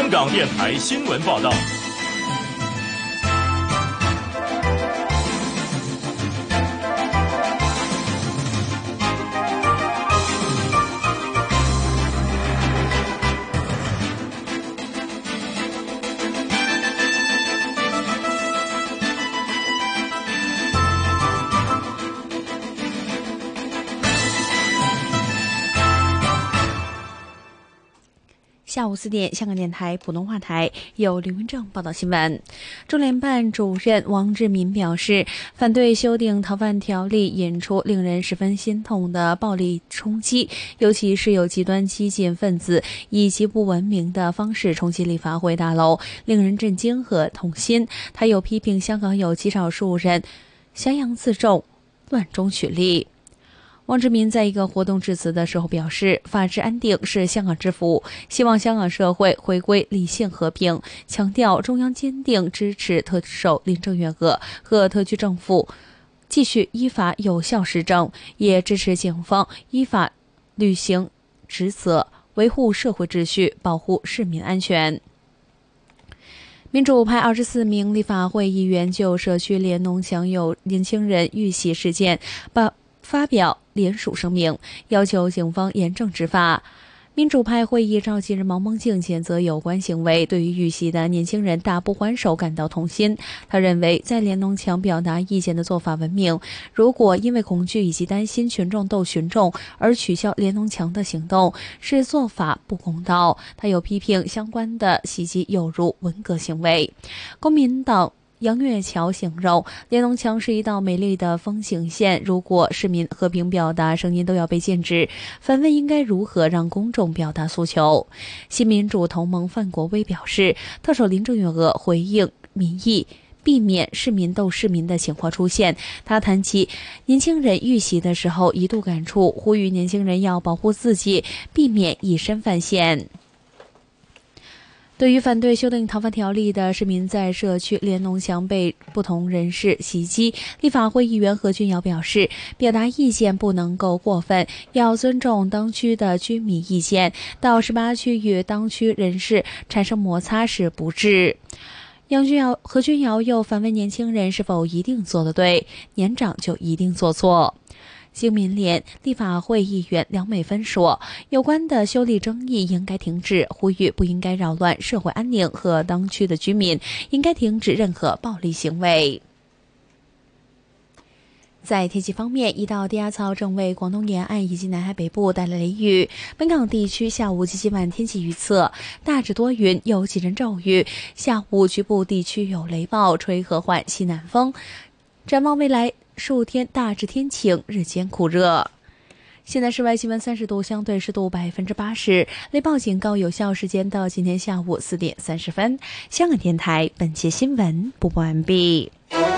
港电台新闻报道。 下午4点，香港电台普通话台由刘云正报道新闻。中联办主任王志民表示，反对修订逃犯条例引出令人十分心痛的暴力冲击，尤其是有极端激进分子以极不文明的方式冲击立法会大楼，令人震惊和痛心。他又批评香港有极少数人挟洋自重，乱中取利。王志民在一个活动致辞的时候表示，法治安定是香港之福，希望香港社会回归理性和平，强调中央坚定支持特首林郑月娥和特区政府继续依法有效施政，也支持警方依法履行职责，维护社会秩序，保护市民安全。民主派24名立法会议员就社区联农墙有年轻人遇袭事件发表联署声明，要求警方严正执法。民主派会议召集人毛孟静谴责有关行为，对于遇袭的年轻人大不还手感到痛心。他认为，在联农墙表达意见的做法文明，如果因为恐惧以及担心群众斗群众而取消联农墙的行动，是做法不公道。他又批评相关的袭击有如文革行为。公民党杨岳桥形容联农墙是一道美丽的风景线，如果市民和平表达声音都要被禁止，反问应该如何让公众表达诉求。新民主同盟范国威表示，特首林郑月娥回应民意，避免市民斗市民的情况出现。他谈起年轻人遇袭的时候一度感触，呼吁年轻人要保护自己，避免以身犯险。对于反对修订逃犯条例的市民在社区联农墙被不同人士袭击，立法会议员何君尧表示，表达意见不能够过分，要尊重当区的居民意见，到18区与当区人士产生摩擦是不智。何君尧又反问年轻人是否一定做得对，年长就一定做错。经民联立法会议员梁美芬说，有关的修例争议应该停止，呼吁不应该扰乱社会安宁和当区的居民，应该停止任何暴力行为。在天气方面，一道低压槽正为广东沿岸以及南海北部带来雷雨。本港地区下午及今晚天气预测，大致多云，有几阵骤雨，下午局部地区有雷暴，吹和缓西南风。展望未来数天大致天晴，日间酷热。现在室外气温30度，相对湿度80%，雷暴警告有效时间到今天下午4点30分。香港电台本节新闻播报完毕。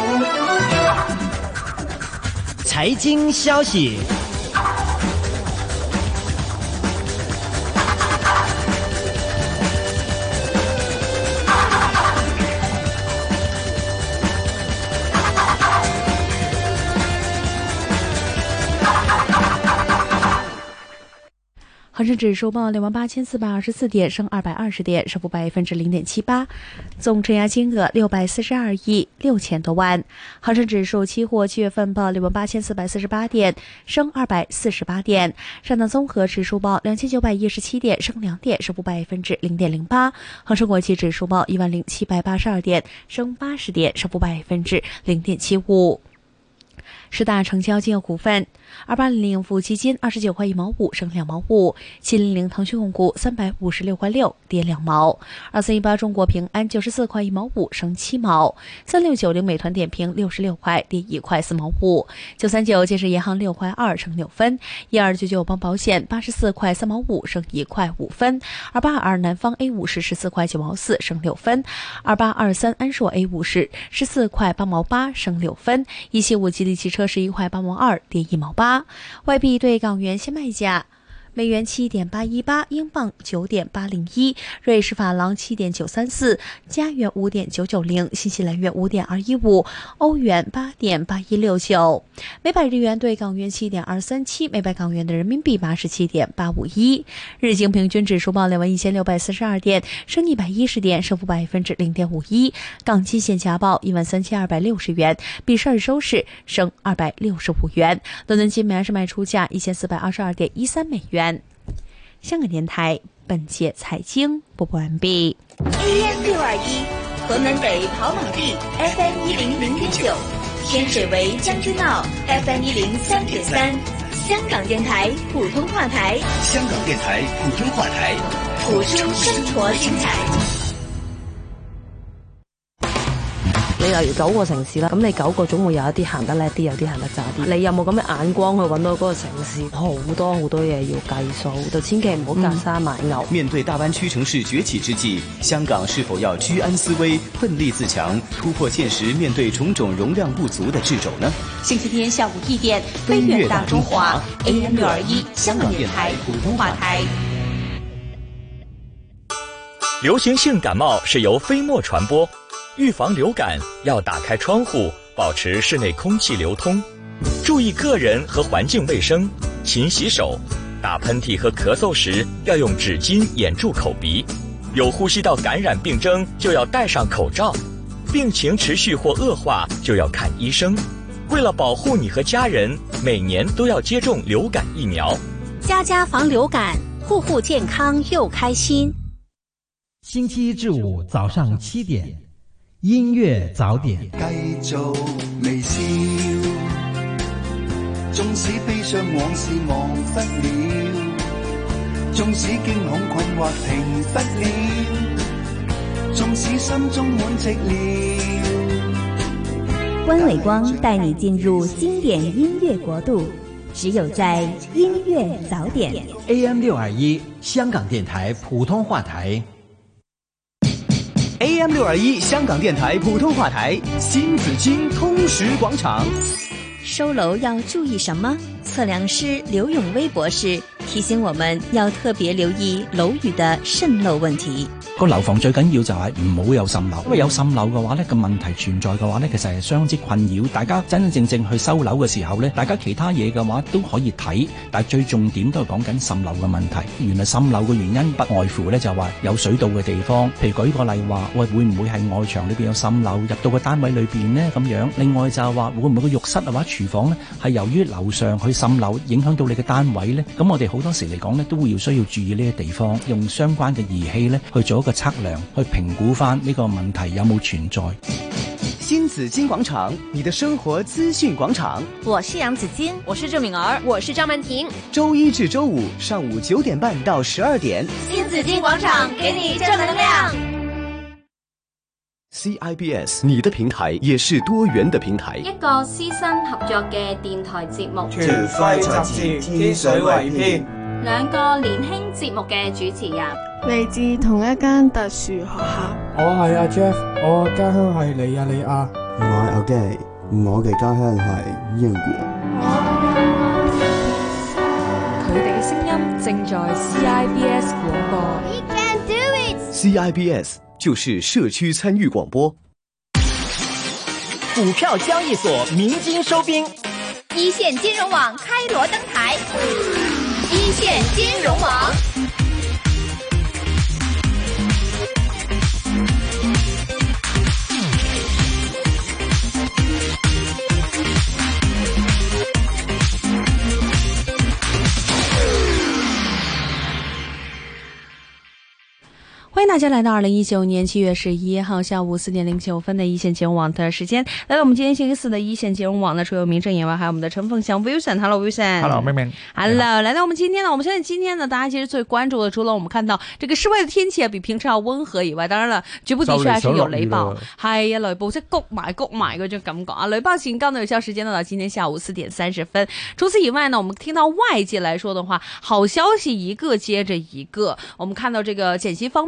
财经消息。 恒生指数报28424点，升220点，升幅0.78%，总成交金额642亿6千多万。恒生指数期货7月份报68448点，升248点。上证综合指数报2917点，升2点，升幅0.08%。恒生国际指数报10782点，升80点，升幅0.75%。十大成交金额股份：2800富基金29块1毛5，升2毛5；700腾讯控股356块6，跌2毛；2318中国平安94块1毛5，升7毛；3690美团点评66块，跌1块4毛5；939建设银行6块2，升6分；1299邦保险84块3毛5，升1块5分；2822南方 A50 14块9毛4，升6分；2823安硕 A50 14块8毛8，升6分；175吉利汽车11块8毛2，跌1毛8。外币对港元现卖价美元7.818，英镑9.801，瑞士法郎7.934，加元5.990，新西兰元5.215，欧元8.8169，每百日元对港元7.237，每百港元的人民币87.851。日经平均指数报21642点，升110点，升幅0.51%。港金现价报13260元，比上日收市升265元。伦敦金每盎司卖出价1422.13美元。香港电台本节财经播报完毕。 AM621屯门北跑马地 FM100.9，天水围将军澳 FM103.3，香港电台普通話台， 香港電台普通話台， 付出生活精彩。 你例如9個城市啦，咁你9個總會有一啲行得叻啲，有啲行得渣啲。你有冇咁嘅眼光去揾到嗰個城市？好多嘢要計數，就千祈唔好隔山買牛。 面對大灣區城市崛起之際，香港是否要居安思危、奮力自強，突破現實，面對種種容量不足的掣肘呢？ 星期天下午1點，飛越大中華 AM621香港電台普通話台。 流行性感冒是由飛沫傳播。預防流感要打開窗戶，保持室內空氣流通，注意個人和環境衛生，勤洗手。打噴嚏和咳嗽時要用紙巾掩住口鼻，有呼吸道感染病徵就要戴上口罩，病情持續或惡化就要看醫生。為了保護你和家人，每年都要接種流感疫苗。 家家防流感，戶戶健康又開心。 星期一至五早上7點。音樂早點， 繼續微笑，縱使悲傷往事忘不了，縱使驚恐困惑停不了，縱使心中滿寂寥。 關偉光帶你進入經典音樂國度，只有在音樂早點。 AM621香港電台普通話台。 AM621香港電台普通話台，新紫荊通識廣場。 收樓要注意什麼？測量師劉永威博士提醒我們要特別留意樓宇的滲漏問題。 個樓房最緊要就係唔好有滲漏，因為有滲漏嘅話呢，個問題存在嘅話呢，其實係相當之困擾。大家真真正正去收樓嘅時候呢，大家其他嘢嘅話都可以睇，但係最重點都係講緊滲漏嘅問題。原來滲漏嘅原因不外乎呢，就話有水道嘅地方，譬如舉個例話，喂，會唔會係外牆裏邊有滲漏入到個單位裏邊呢？咁樣。另外就係話會唔會個浴室或者廚房呢係由於樓上去滲漏影響到你嘅單位呢？咁我哋好多時嚟講呢，都會需要注意呢啲地方，用相關嘅儀器呢去做一個測量，去評估翻呢個問題有冇存在。 新紫荊廣場，你的生活資訊廣場。 我是楊子矜，我是鄭敏兒，我是張曼婷。 周一至周五上午9點半到12點， 新紫荊廣場給你正能量。 CIBS 你的平台也是多元的平台， 一個師生合作嘅電台節目， 團輝雜誌天水圍篇， 兩個年輕節目嘅主持人， 嚟自同一間特殊學校。 我係阿 Jeff， 我家鄉係尼日利亞。 我係阿基，我嘅家鄉係英國。 佢哋嘅聲音正在 CIBS 廣播。 We can do it！ CIBS 就是社區參與廣播。 股票交易所鳴金收兵， 一線金融網開鑼登台，一線金融網。 欢迎大家来到2019年7月11号下午4点09分的一线金融网的时间，来到我们今天星期四的一线金融网呢，除有名正言外，还有我们的陈凤祥 Wilson。Hello Wilson。Hello 妹妹。 Hello， 来到我们今天呢，我们相信今天呢，大家其實最關注的，除了我們看到這個室外的天氣比平常要溫和以外，當然啦，局部地區還是有雷暴，係啊，雷暴即係谷埋嗰種感覺啊。雷暴警告呢有效時間到今天下午4點30分。除此以外呢，我們聽到外界來說的話，好消息一個接着一個。我們看到這個減息方面的話，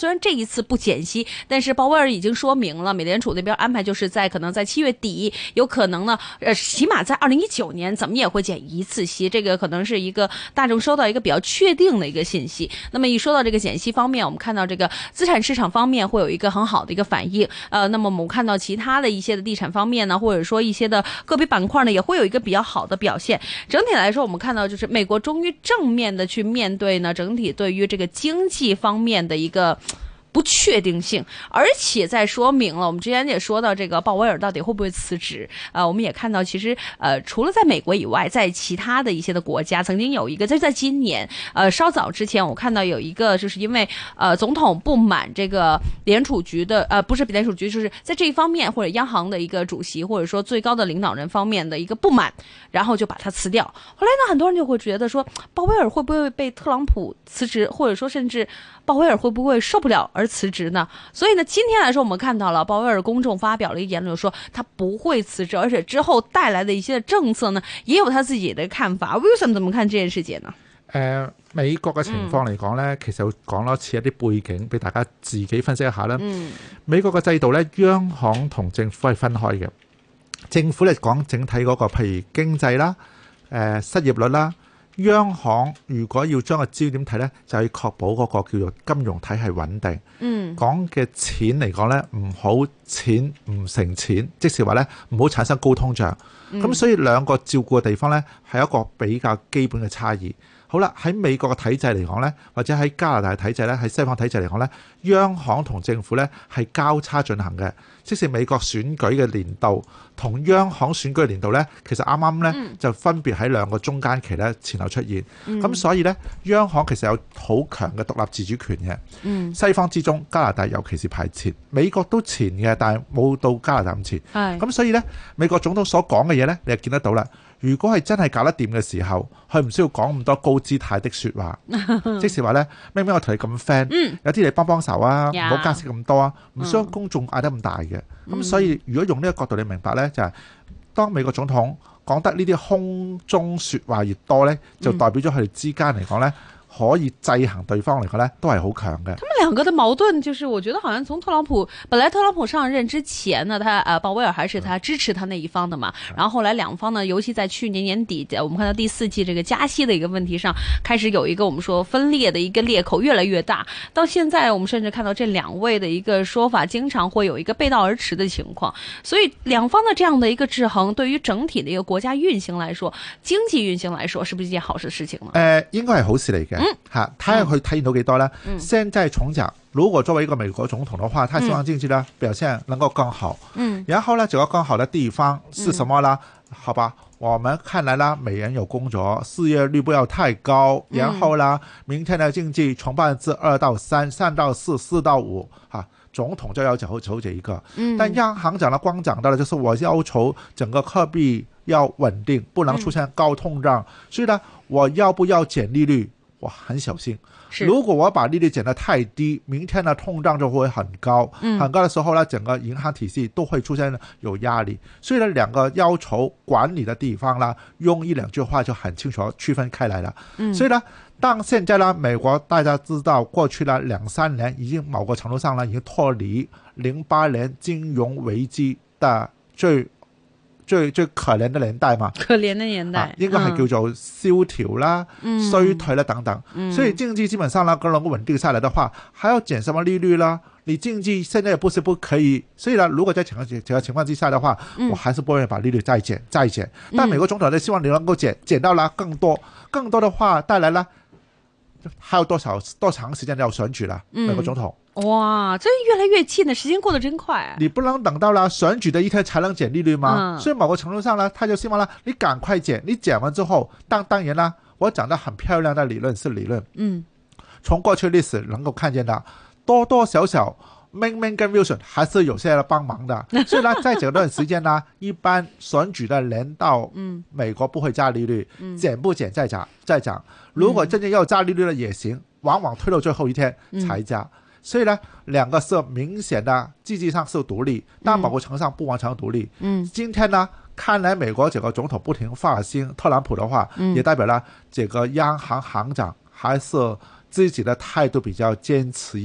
虽然这一次不减息，但是鲍威尔已经说明了，美联储那边安排就是可能在7月底，有可能呢，起码在2019年怎么也会减一次息，这个可能是一个大众收到一个比较确定的一个信息。那么一说到这个减息方面，我们看到这个资产市场方面会有一个很好的一个反应，那么我们看到其他的一些的地产方面呢，或者说一些的个别板块呢，也会有一个比较好的表现。整体来说，我们看到就是美国终于正面的去面对呢，整体对于这个经济方面的一个不确定性，而且在说明了我们之前也说到这个鲍威尔到底会不会辞职，我们也看到其实除了在美国以外，在其他的一些的国家曾经有一个在今年稍早之前我看到有一个就是因为总统不满这个联储局的不是联储局，就是在这一方面或者央行的一个主席或者说最高的领导人方面的一个不满，然后就把他辞掉。后来呢，很多人就会觉得说鲍威尔会不会被特朗普辞职，或者说甚至鲍威尔会不会受不了而辞职呢？所以呢，今天来说我们看到了鲍威尔公众发表了一个言论，说他不会辞職，而且之後帶來的一些政策呢，也有他自己的看法。Wilson 怎麼看這件事情呢？ 美國嘅情況嚟講呢，其實講多次一啲背景俾大家自己分析一下啦。美國嘅制度呢，央行同政府係分開嘅。政府嚟講整體嗰個譬如經濟啦、失業率啦。央行如果要將個焦點睇呢，就要確保嗰個叫做金融體系穩定。講嘅錢嚟講呢，唔好錢唔成錢，即是話呢，唔好產生高通脹。咁所以兩個照顧嘅地方呢，係一個比較基本嘅差異。好啦，喺美國嘅體制嚟講呢，或者喺加拿大體制呢，喺西方體制嚟講呢，央行同政府呢係交叉進行嘅。即是美國選舉嘅年度同央行選舉嘅年度呢，其實啱啱呢就分別喺兩個中間期呢前後出現。咁所以呢，央行其實有好強嘅獨立自主權嘅。西方之中，加拿大尤其是排前，美國都前嘅，但係冇到加拿大咁前。咁所以呢，美國總統所講嘅嘢呢，你就見得到啦。如果係真係搞得掂嘅時候，佢唔需要講咁多高姿態的説話，即是話呢，明明我同你咁 friend，有啲你幫手啊，唔好加息咁多啊，唔需要公眾嗌得咁大嘅。咁所以如果用呢個角度你明白呢，就係當美國總統講得呢啲空中説話越多呢，就代表咗佢哋之間嚟講呢，可以制衡對方嚟講呢，都係好強嘅。 他們兩個的矛盾就是我覺得好像從本來特朗普上任之前呢，他鮑威爾還是他支持他那一方的嘛，然後後來兩方呢，尤其在去年年底我們看到第4季這個加息的一個問題上開始有一個我們說分裂的一個裂口越來越大，到現在我們甚至看到這兩位的一個說法經常會有一個背道而馳的情況，所以兩方的這樣的一個制衡對於整體的一個國家運行來說，經濟運行來說是不是一件好事情呢？ 應該係好事嚟嘅。睇下佢體現到幾多呢？現在重講，如果作為一個美國總統的話，他希望經濟呢表現能夠更好。然後呢，這個更好的地方是什麼呢？好吧，我們看來呢，美人有工作，失業率不要太高。然後呢，明天的經濟從2%到3%、3%到4%、4%到5%，總統就要求這一個。但央行講了，光講到了就是我要求整個貨幣要穩定，不能出現高通脹。所以呢，我要不要減利率？我很小心，如果我把利率減得太低，明天的通脹就會很高，很高的時候呢，整個銀行體系都會出現有壓力。所以呢，兩個要求管理的地方呢，用1-2句話就很清楚區分開來了。所以呢，當現在呢，美國大家知道過去了2-3年已經某個程度上呢，已經脫離08年金融危機的最可憐的年代嘛， 可憐的年代， 應該係叫做蕭條啦、衰退啦等等。所以經濟基本上呢，能夠穩定下來的話，還要減什麼利率啦？你經濟現在也不是不可以，所以呢，如果在這個情況之下的話，我還是不會把利率再減。但美國總統呢，希望你能夠減到啦更多的話，帶來了還有多長時間要選舉啦？美國總統。 哇，這越來越近的時間過得真快。 你不能等到了選舉的一天才能減利率嗎？所以某個程度上呢，他就希望呢，你趕快減，你減完之後，當然啦，我講得很漂亮的理論是理論。從過去歷史能夠看見的，多多少少明明跟 Wilson 還是有些人幫忙的。所以呢，在這段時間呢，一般選舉的年到美國不會加利率，減不減再漲。如果真正要加利率的也行，往往推到最後一天才加。所以呢，兩個是明顯的經濟上是獨立，但某個程度上不完全獨立。今天呢，看來美國這個總統不停發新特朗普的話，也代表了這個央行行長還是自己的態度比較堅持一點。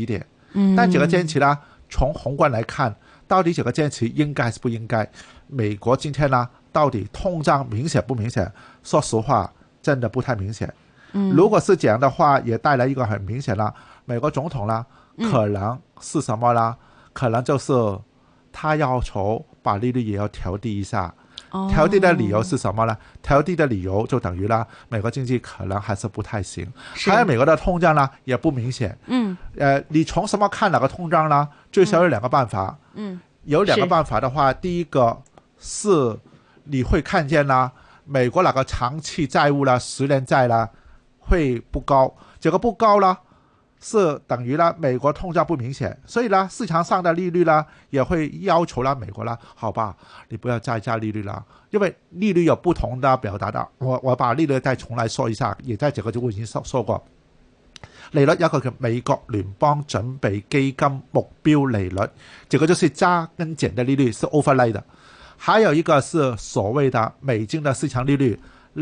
但这个坚持呢，从宏观来看，到底这个坚持应该还是不应该？美国今天呢，到底通胀明显不明显？说实话，真的不太明显。如果是这样的话，也带来一个很明显啦，美国总统啦，可能是什么啦？可能就是他要求把利率也要调低一下。调低的理由是什么呢？调低的理由就等于啦，美国经济可能还是不太行，还有美国的通胀呢也不明显。你从什么看哪个通胀呢？最少有2个办法。有2个办法的话，第一个是你会看见啦，美国那个长期债务啦，10年债啦会不高，这个不高啦是等于啦美国通胀不明显，所以啦市场上的利率啦也会要求啦美国啦，好吧，你不要再加利率啦，因为利率有不同的表达的。我把利率再重来说一下，也在这个就已经说过。利率有一個叫美國聯邦準備基金目標利率，這個就是加跟減的利率是 overlay 的。還有一個是所謂的美金的市場利率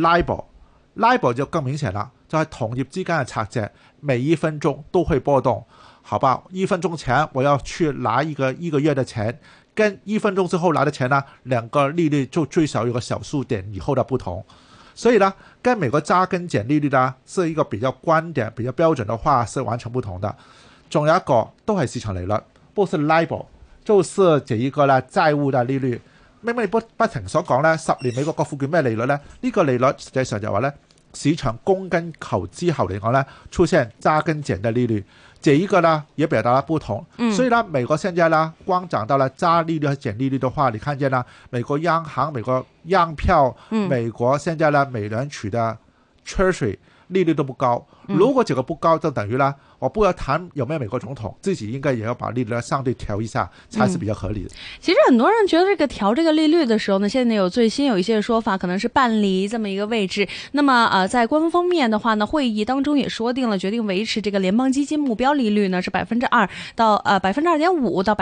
LIBOR 就更明顯了，就係同業之間嘅拆借，每1分鐘都會波動。好吧，1分鐘前我要去拿一個月的錢，跟1分鐘之後拿的錢呢，2個利率就最少有個小數點以後的不同。所以呢，跟美國加跟減利率呢，是一個比較觀點、比較標準的話，是完全不同的。仲有一個都係市場利率，不是 LIBOR， 就是這一個呢債務的利率。明明不停所講呢，10年美國國庫券咩利率呢？呢個利率實際上就話呢，市場供跟求之後嚟講呢，出現加跟減的利率。這一個呢也表達了不同，所以呢美國現在呢光講到了加利率和減利率的話，你看見呢美國央行、美國央票、美國現在呢美聯儲的 Treasury 利率都不高。如果這個不高，就等於呢我不要談有沒有美國總統，自己應該也要把利率相對調一下，才是比較合理的。 其實很多人覺得這個調這個利率的時候呢，現在有最新有一些說法，可能是半釐這麼一個位置。那麼在官方面的話呢，會議當中也說定了，決定維持這個聯邦基金目標利率呢是2%到2.5%到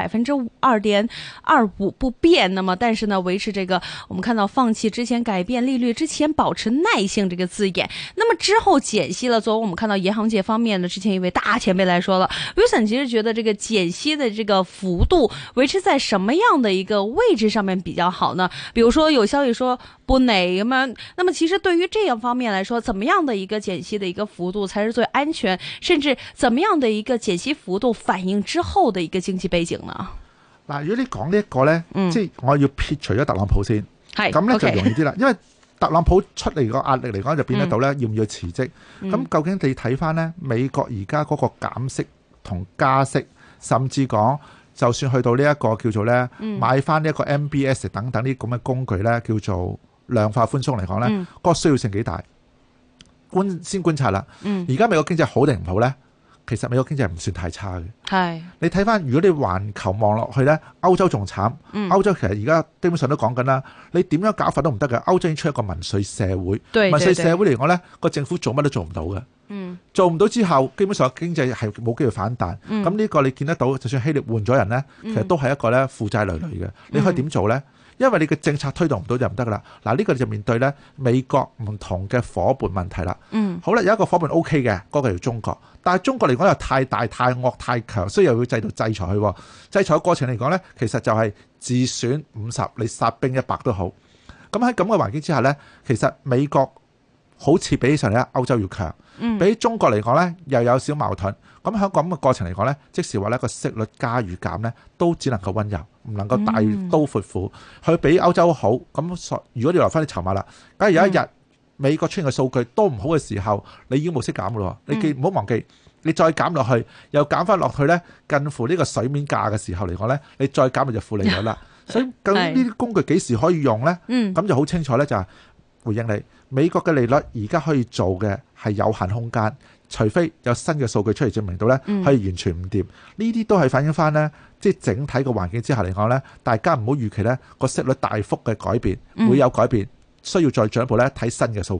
2.25%不變。那麼但是呢，維持這個我們看到放棄之前改變利率之前保持耐性這個字眼。那麼之後減息了，作為我們看到銀行界方面呢，之前一位大前輩來說了 Wilson 其實覺得這個減息的這個幅度維持在什麼樣的一個位置上面比較好呢？比如說有消息說不哪咁樣，那麼其實對於這樣方面來說，怎麼樣的一個減息的一個幅度才是最安全，甚至怎麼樣的一個減息幅度反映之後的一個經濟背景呢？ 嗱，如果你講呢一個呢，即係我要撇除咗特朗普先，咁呢就容易啲啦，因為特朗普出嚟個壓力嚟講就變得到呢，要唔要辭職？咁究竟你睇翻呢美國而家嗰個減息同加息，甚至講就算去到呢一個叫做呢買翻呢一個 MBS 等等呢咁嘅工具呢，叫做量化寬鬆嚟講呢，嗰個需要性幾大？先觀察啦。而家美國經濟好定唔好呢？其實美國經濟唔算太差嘅。係你睇翻，如果你環球望落去呢，歐洲仲慘。歐洲其實而家基本上都講緊啦，你點樣搞法都唔得嘅。歐洲已經出一個民粹社會，民粹社會嚟講呢，個政府做乜都做唔到嘅。做唔到之後，基本上經濟係冇機會反彈。咁呢個你見得到，就算希臘換咗人呢，其實都係一個呢負債累累嘅。你可以點做呢？因為你嘅政策推動唔到就唔得噶啦。嗱，呢個就面對咧美國唔同嘅伙伴問題啦。好啦，有一個伙伴 OK 嘅，嗰個叫中國。但係中國嚟講又太大、太惡、太強，所以又要制度制裁佢。制裁嘅過程嚟講咧，其實就係自選50，你殺兵100都好。咁喺咁嘅環境之下咧，其實美國好似比起上嚟咧，歐洲要強。比中國嚟講咧，又有少矛盾。咁喺咁嘅過程嚟講咧，即使話咧個息率加與減咧，都只能夠溫柔，唔能夠大刀闊斧。佢比歐洲好。咁如果你留翻啲籌碼啦，假如有一日美國出現嘅數據都唔好嘅時候，你已經冇息減嘅咯。你唔好忘記，你再減落去，又減翻落去咧，近乎呢個水面價嘅時候嚟講咧，你再減咪就負利率啦。所以究竟呢啲工具幾時可以用咧？咁就好清楚咧，就係回應你美國嘅利率而家可以做嘅係有限空間。除非有新嘅數據出嚟證明到咧，可以完全唔掂，呢啲都係反映翻咧，即係整體嘅環境之下嚟講咧，大家唔好預期咧個息率大幅嘅改變，會有改變，需要再進一步咧睇新嘅數據啊。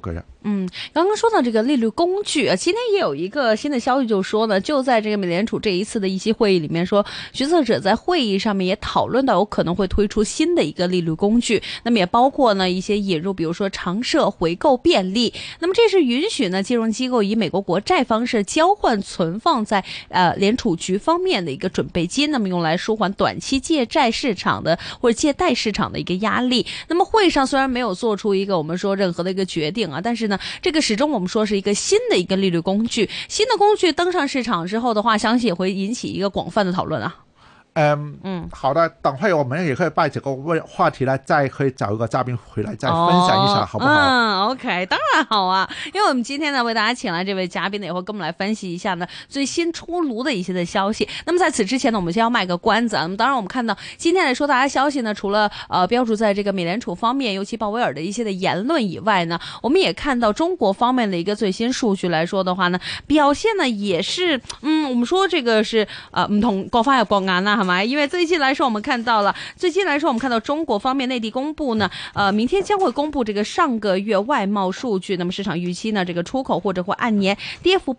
刚刚说到这个利率工具啊，今天也有一个新的消息，就是说呢，就在这个美联储这一次的议息会议里面说，决策者在会议上面也讨论到有可能会推出新的一个利率工具，那么也包括呢一些引入，比如说常设回购便利，那么这是允许呢金融机构以美国国债方式交换存放在联储局方面的一个准备金，那么用来舒缓短期借债市场的或者借贷市场的一个压力。那么会上虽然没有做出一个我们说任何的一个决定啊，但是呢这个始终我们说是一个新的一个利率工具，新的工具登上市场之后的话，相信也会引起一个广泛的讨论啊。 好的，等会我们也可以把这个话题呢，再可以找一个嘉宾回来再分享一下，好不好 ？OK， 当然好啊，因为我们今天呢为大家请来这位嘉宾呢，也会跟我们来分析一下呢最新出炉的一些的消息。那么在此之前呢，我们先要卖个关子啊。那么当然我们看到今天来说大家消息呢，除了标注在这个美联储方面，尤其鲍威尔的一些的言论以外呢，我们也看到中国方面的一个最新数据来说的话呢，表现呢也是我们说这个是唔同各方有各眼啦。因为最近来说我们看到中国方面内地公布呢明天将会公布这个上个月外贸数据，那么市场预期呢这个出口或者会按年跌幅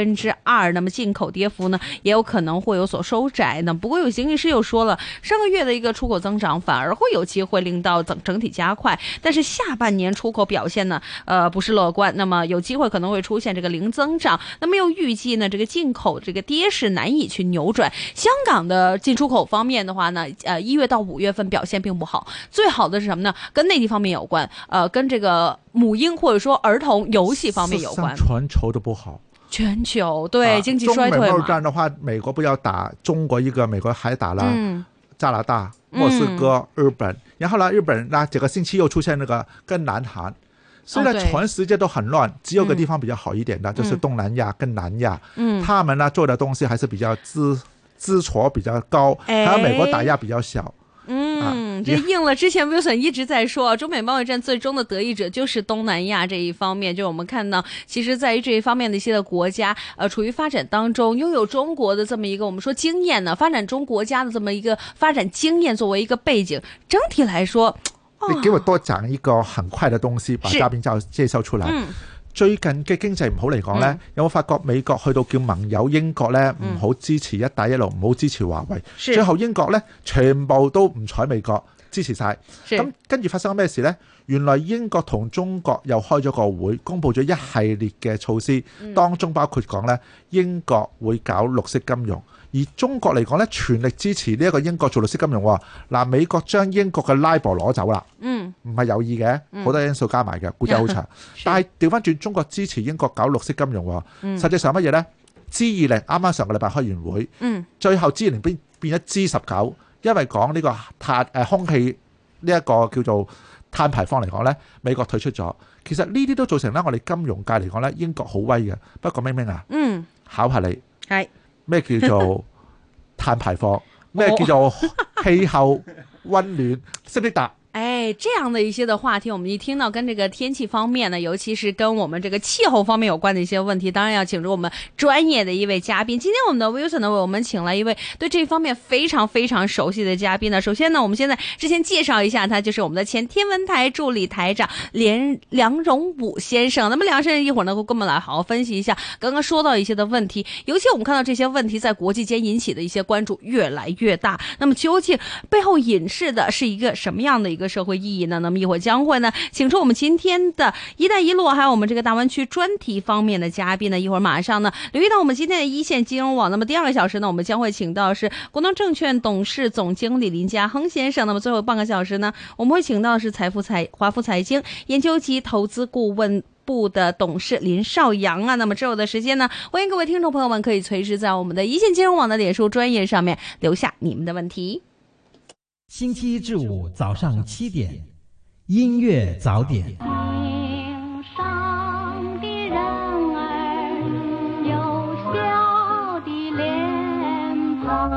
2%，那么进口跌幅呢也有可能会有所收窄。那不过有经济师又说了，上个月的一个出口增长反而会有机会令到整体加快，但是下半年出口表现呢不是乐观，那么有机会可能会出现这个零增长，那么又预计呢这个进口这个跌势难以去扭转。香港的进出口方面的话呢1月到5月份表现并不好，最好的是什么呢？跟内地方面有关，跟这个母婴或者说儿童游戏方面有关。 全球都不好， 全球对经济衰退嘛。 中美贸易战的话，美国不要打中国一个，美国还打了加拿大、墨西哥、日本，然后呢，日本呢这个星期又出现那个跟南韩。所以呢，全世界都很乱，只有个地方比较好一点的，就是东南亚跟南亚。他们呢做的东西还是比较资矬比较高，还有美国打压比较小。 这应了之前 Wilson 一直在说中美贸易战最终的得益者就是东南亚这一方面，就我们看到其实在于这一方面的一些的国家处于发展当中，拥有中国的这么一个我们说经验呢，发展中国家的这么一个发展经验作为一个背景，整体来说你给我多講一個很快的東西，把嘉賓介紹出來。最近嘅經濟唔好嚟講呢，有冇發覺美國去到叫盟友英國呢唔好支持一帶一路，唔好支持華為，最後英國呢全部都唔睬美國，支持晒。咁跟住發生咩事呢？原來英國同中國又開咗個會，公布咗一系列嘅措施，當中包括講呢英國會搞綠色金融。而中國嚟講咧，全力支持呢一個英國做綠色金融喎。嗱，美國將英國嘅 LIBOR 攞走啦，唔係有意嘅，好多因素加埋嘅，估計好長。但係調翻轉，中國支持英國搞綠色金融喎。實際上乜嘢咧？G20啱啱上個禮拜開完會，最後 G20變咗 G19，因為講呢個空氣呢一個叫做碳排放嚟講咧，美國退出咗。其實呢啲都造成咧，我哋金融界嚟講咧，英國好威嘅。不過明明啊，考下你係。咩叫做碳排放？咩叫做氣候溫暖？識唔識答？ 這樣的一些的話題，我們一聽到跟這個天氣方面呢，尤其是跟我們這個氣候方面有關的一些問題，當然要請出我們專業的一位嘉賓。今天我們的 Wilson 呢，為我們請來一位對這方面非常非常熟悉的嘉賓呢。首先呢，我們現在之前介紹一下他，就是我們的前天文台助理台長梁榮武先生。那麼梁先生一會兒呢，會跟我們來好好分析一下剛剛說到一些的問題，尤其我們看到這些問題在國際間引起的一些關注越來越大。那麼究竟背後隱士的是一個什麼樣的一個社會意義呢？那麼一會兒將會呢請出我們今天的一帶一路還有我們這個大灣區專題方面的嘉賓呢，一會兒馬上呢留意到我們今天的一線金融網。那麼第二個小時呢，我們將會請到是國農證券董事總經理林家亨先生。那麼最後半個小時呢，我們會請到是華富財經研究及投資顧問部的董事林少陽啊。那麼之後的時間呢，歡迎各位聽眾朋友們可以隨時在我們的一線金融網的臉書專頁上面留下你們的問題。 星期一至五早上7點，音樂早點。 天上的人兒有笑的臉龐，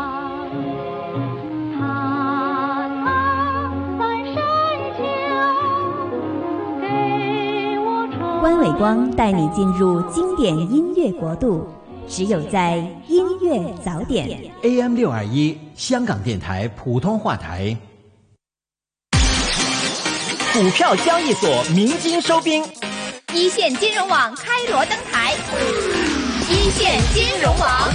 他藏在深秋給我傳。 關偉光帶你進入經典音樂國度，只有在音樂早點。 AM621香港電台普通話台。 股票交易所鳴金收兵， 一线金融网开锣登台，一线金融网。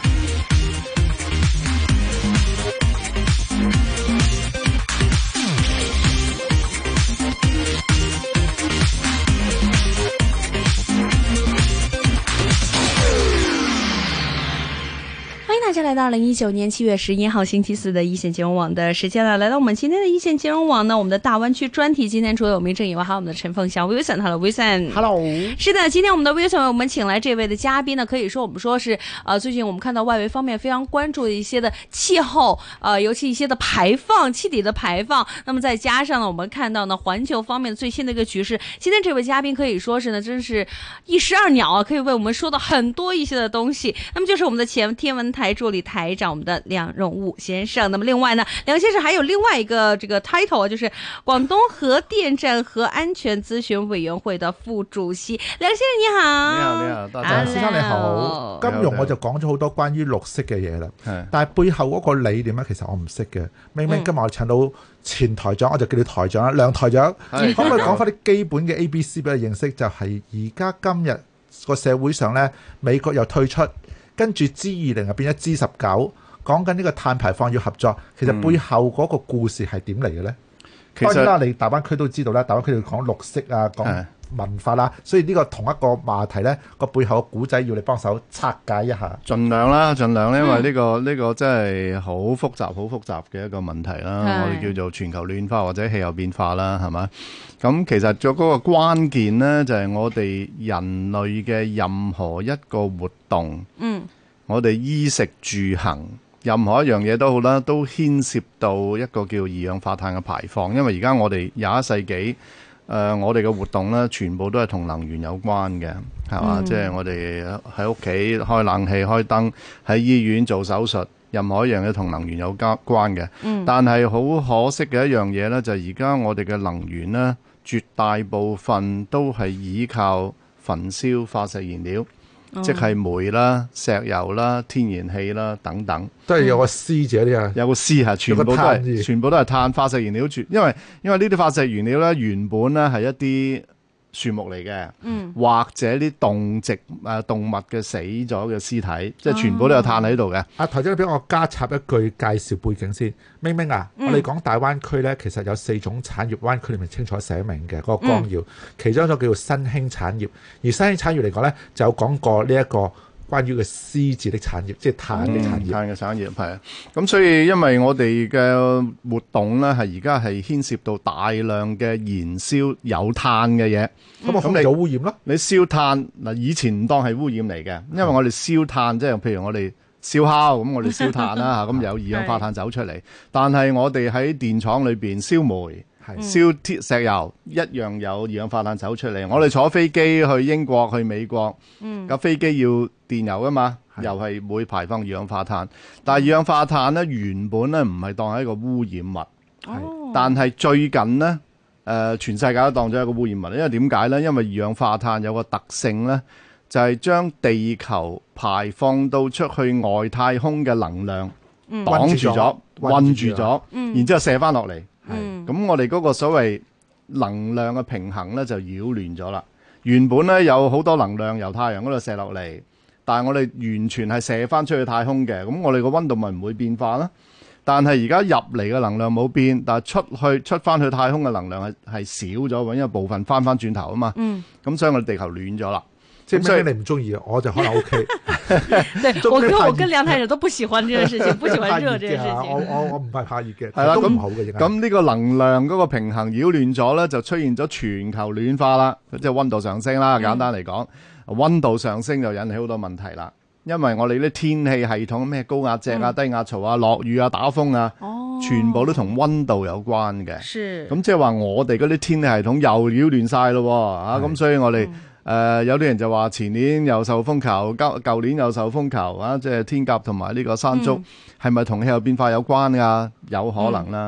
欢迎大家来到2019年7月11号星期四的一线金融网的时间了。来到我们今天的一线金融网呢，我们的大湾区专题今天除了有明正以外，还有我们的陈凤翔 Wilson。Hello Wilson。Hello。是的，今天我们的 Wilson 我们请来这位的嘉宾呢，可以说我们说是最近我们看到外围方面非常关注的一些的气候尤其一些的排放气体的排放，那么再加上呢我们看到呢环球方面最新的一个局势，今天这位嘉宾可以说是呢真是一石二鸟啊，可以为我们说到很多一些的东西。那么就是我们的前天文台助理台长我们的梁荣武先生。那么另外呢，梁先生还有另外一个这个 title 啊，就是广东核电站核安全咨询委員會的副主席。梁先生你好。 你好，你好，多謝。先生你好。金融我就講咗好多關於綠色嘅嘢啦，但係背後嗰個理念咧，其實我唔識嘅。明明今日我請到前台長，我就叫你台長啦，梁台長，可唔可以講翻啲基本嘅 ABC 俾你認識？就係而家今日個社會上咧，美國又退出。跟住 G20 又變咗 G19，講緊呢個碳排放要合作，其實背後嗰個故事係點嚟嘅呢？當然啦，你大灣區都知道啦，大灣區要講綠色啊，講文化啦，所以呢個同一個話題呢，個背後嘅古仔要你幫手拆解一下。盡量啦，因為呢個真係好複雜嘅一個問題啦，我哋叫做全球暖化或者氣候變化啦，係嘛？咁其實咗嗰個關鍵呢，就係我哋人類嘅任何一個活動，我哋衣食住行，任何一樣嘢都好啦，都牽涉到一個叫二氧化碳嘅排放。因為而家我哋21世紀，我哋嘅活動咧，全部都係同能源有關嘅，係嘛？即係我哋喺屋企開冷氣、開燈，喺醫院做手術。任何一樣嘢同能源有關嘅，但係好可惜嘅一樣嘢呢，就係而家我哋嘅能源呢，絕大部分都係依靠焚燒化石燃料，即係煤啦、石油啦、天然氣啦等等。都係有個絲字啲啊，有個絲係全部都係碳化石燃料，因為呢啲化石燃料呢，原本呢係一啲樹木嚟嘅，或者啲動物嘅死咗嘅屍體，即係全部都有碳喺度嘅。台長，你俾我加插一句介紹背景先。明明啊，我哋講大灣區咧，其實有4種產業，灣區裏面清楚寫明嘅嗰個綱要，其中一個叫做新興產業，而新興產業嚟講咧，就有講過呢一個關於嘅絲字的產業，即係碳嘅產業。碳嘅產業係啊，咁所以因為我哋嘅活動咧，係而家係牽涉到大量嘅燃燒有碳嘅嘢，咁你有污染咯。你燒炭嗱，以前唔當係污染嚟嘅，因為我哋燒炭即係譬如我哋燒烤咁，我哋燒炭啦嚇，咁有二氧化碳走出嚟。但係我哋喺電廠裏邊燒煤、燒石油一樣有二氧化碳走出嚟。我哋坐飛機去英國、去美國，架飛機要電油噶嘛，又係會排放二氧化碳。但係二氧化碳咧原本咧唔係當係一個污染物，但係最近咧全世界都當咗一個污染物。因為點解咧？因為二氧化碳有個特性咧，就係將地球排放到出去外太空嘅能量擋住咗、韞住咗，然之後射翻落嚟。咁我哋嗰個所謂能量嘅平衡咧就擾亂咗啦。原本咧有好多能量由太陽嗰度射落嚟，但係我哋完全係射翻出去太空嘅，咁我哋個溫度咪唔會變化啦。但係而家入嚟嘅能量冇變，但係出翻去太空嘅能量係少咗，因為部分翻轉頭啊嘛。咁所以我哋地球暖咗啦。即係你唔中意，我就可能 OK。我跟梁太長都不喜歡這件事情，不喜歡熱這件事情。我唔係怕熱嘅，係啦，都唔好嘅。咁呢個能量嗰個平衡擾亂咗咧，就出現咗全球暖化啦，即係溫度上升啦。簡單嚟講，溫度上升就引起好多問題啦。因為我哋啲天氣系統咩高壓脊啊、低壓槽啊、落雨啊、打風啊，全部都同溫度有關嘅。咁即係話我哋嗰啲天氣系統又擾亂晒咯，咁所以我哋。有啲人就話前年又受風球，舊年又受風球啊！即係天鴿同埋呢個山竹，係咪同氣候變化有關㗎？有可能啦，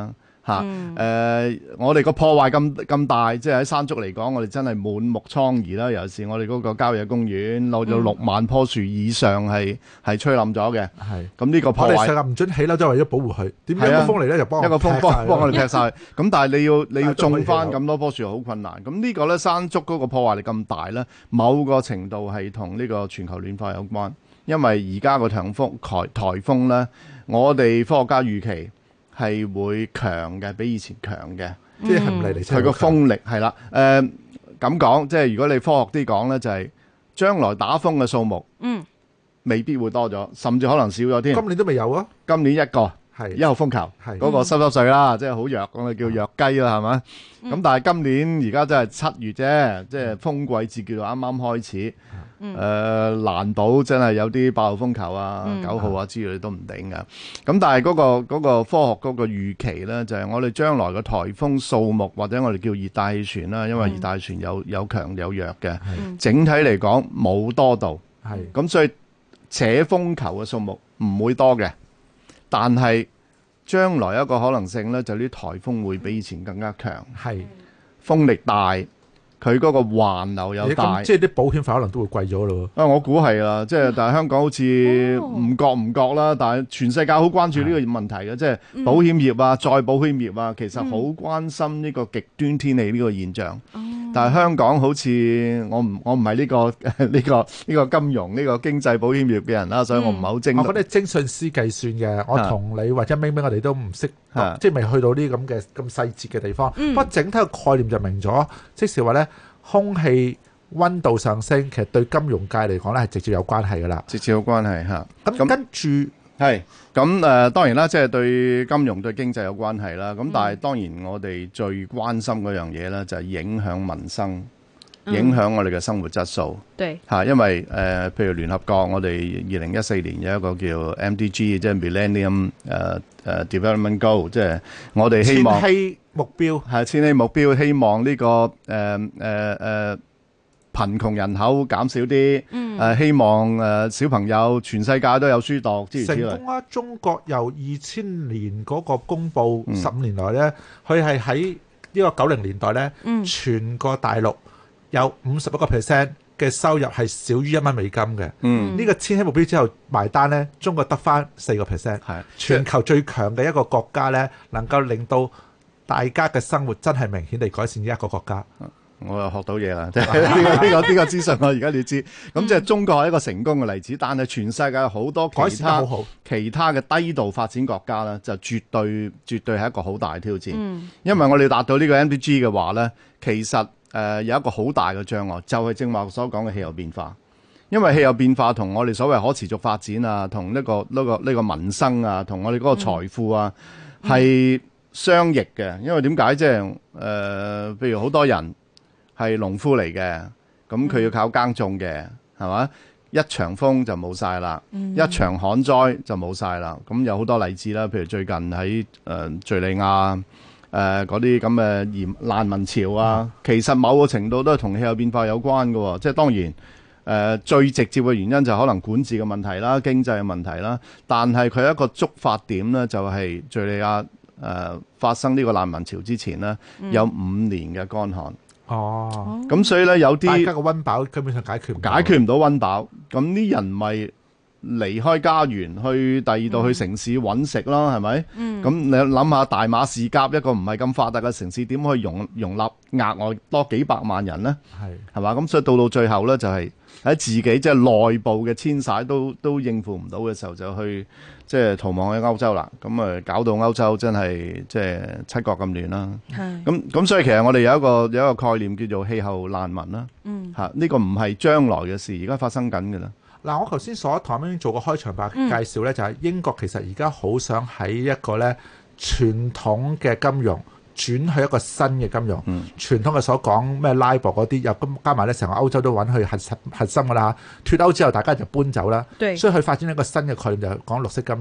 嚇。我哋個破壞咁大，即係喺山竹嚟講，我哋真係滿目瘡痍啦。尤其是我哋嗰個郊野公園，攞咗6萬棵樹以上係吹冧咗嘅。 係咁呢個破壞， 我哋成日唔準起樓，就為咗保護佢。點解個風嚟咧就幫一個風幫我哋劈晒。咁但係你要種翻咁多棵樹好困難。咁呢個咧山竹嗰個破壞力咁大咧，某個程度係同呢個全球暖化有關。因為而家個颱風咧，我哋科學家預期係會強嘅，比以前強嘅， 即係唔嚟嚟。 佢個風力係啦，咁講，即係如果你科學啲講咧，就係將來打風嘅數目，未必會多咗，甚至可能少咗添。 今年都未有啊， 今年一個係 1號風球，嗰個濕碎啦，即係好弱，我哋叫弱雞啦，係咪？咁但係今年而家真係7月啫，即係風季節叫做啱啱開始。難保真係有啲8號風球啊、9號啊之類都唔定㗎。咁但係嗰個科學嗰個預期咧，就係我哋將來嘅颱風數目或者我哋叫熱帶氣旋啦，因為熱帶氣旋有強有弱嘅，整體嚟講冇多到。咁所以扯風球嘅數目唔會多嘅，但係將來一個可能性咧，就啲颱風會比以前更加強，風力大。佢嗰個環流又大， 即係啲保險費可能都會貴咗咯。 我估係啦，即係但係香港好似唔覺啦，但係全世界好關注呢個問題嘅，即係保險業啊、再保險業啊，其實好關心呢個極端天氣呢個現象。但係香港好似我唔係呢個金融呢個經濟保險業嘅人啦，所以我唔係好精。 我覺得精算師計算嘅，我同你或者明明我哋都唔識，即係未去到呢咁嘅咁細節嘅地方。不過整體嘅概念就明咗，即是話咧。空氣溫度上升，其實對金融界嚟講咧係直接有關係噶啦， 直接有關係嚇。 咁跟住係咁當然啦，即係對金融對經濟有關係啦。咁但係當然我哋最關心嗰樣嘢咧，就係影響民生，影響我哋嘅生活質素。 對嚇，因為譬如聯合國，我哋2014年有一個叫 MDG，即係 Millennium Development Goal， 即係我哋希望。 目標係千禧目標，希望呢個貧窮人口減少啲，希望小朋友全世界都有書讀，諸如此類。 成功啊！中國由2000年嗰個公佈15年來咧，佢係喺呢個90年代咧，全個大陸有51% 嘅收入係少於1蚊美金嘅。呢個千禧目標之後埋單咧，中國得返4%。係全球最強嘅一個國家咧，能夠令到大家嘅生活真係明顯地改善嘅一個國家。 我又學到嘢啦，即係呢個資訊我而家你知。咁即係中國係一個成功嘅例子，但係全世界好多其他嘅低度發展國家咧，就絕對係一個好大嘅挑戰。因為我哋達到呢個 MDG 嘅話咧，其實有一個好大嘅障礙，就係正話所講嘅氣候變化。因為氣候變化同我哋所謂可持續發展啊，同呢個民生啊，同我哋嗰個財富啊，係相逆嘅。因為點解即係譬如好多人係農夫嚟嘅，咁佢要靠耕種嘅，係嘛？一場風就冇晒啦，一場旱災就冇晒啦。咁有好多例子啦，譬如最近喺敍利亞嗰啲咁嘅難民潮啊，其實某個程度都係同氣候變化有關嘅。即係當然最直接嘅原因就可能管治嘅問題啦、經濟嘅問題啦。但係佢一個觸發點呢，就係敍利亞發生呢個難民潮之前呢，有5年嘅乾旱。咁所以咧有啲大家嘅溫飽根本上解決唔到溫飽，咁啲人咪離開家園去第二度去城市揾食咯，係咪？咁你諗下大馬士革一個唔係咁發達嘅城市，點可以容納額外多幾百萬人呢？係嘛？咁所以到最後咧，就係喺自己即係內部嘅遷徙都應付唔到嘅時候，就去即係逃亡去歐洲啦。咁搞到歐洲真係即係七國咁亂啦。咁所以其實我哋有一個概念叫做氣候難民啦。呢個唔係將來嘅事，而家發生緊嘅啦。 嗱，我頭先所談已經做過開場白介紹咧，就係英國其實而家好想喺一個咧傳統嘅金融轉去一個新嘅金融。傳統嘅所講咩拉博嗰啲，又加埋咧成個歐洲都揾去核心噶啦。脫歐之後，大家就搬走啦，所以佢發展一個新嘅概念，就係講綠色金融。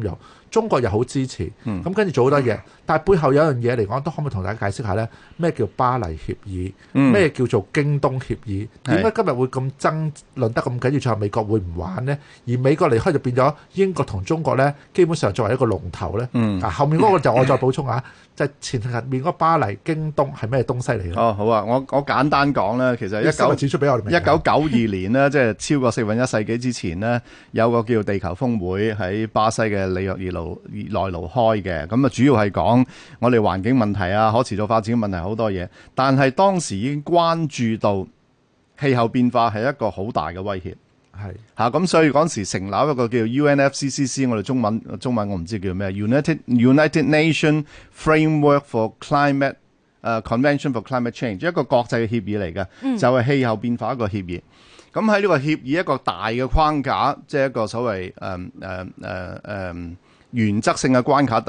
中國又好支持，咁跟住做好多嘢，但係背後有一樣嘢嚟講，都可唔可以同大家解釋下呢？咩叫巴黎協議？咩叫做京東協議？點解今日會咁爭論得咁緊要？最後美國會唔玩呢？而美國離開就變咗英國同中國呢，基本上作為一個龍頭呢。後面嗰個就我再補充下，就係前面嗰巴黎、京東係咩東西嚟嘅？ 好啊，我簡單講啦，其實1992年呢，即係超過4分1世紀之前呢，有個叫地球峰會喺巴西嘅里約熱內盧開嘅，咁啊主要係講我哋環境問題啊、可持續發展嘅問題好多嘢，但係當時已經關注到氣候變化係一個好大嘅威脅，係咁所以嗰時成立一個叫 UNFCCC， 我哋中文我唔知叫咩 United Nation Framework for Climate Convention for Climate Change， 一個國際嘅協議嚟嘅，就係氣候變化一個協議。咁喺呢個協議一個大嘅框架，即係一個所謂原則性嘅關卡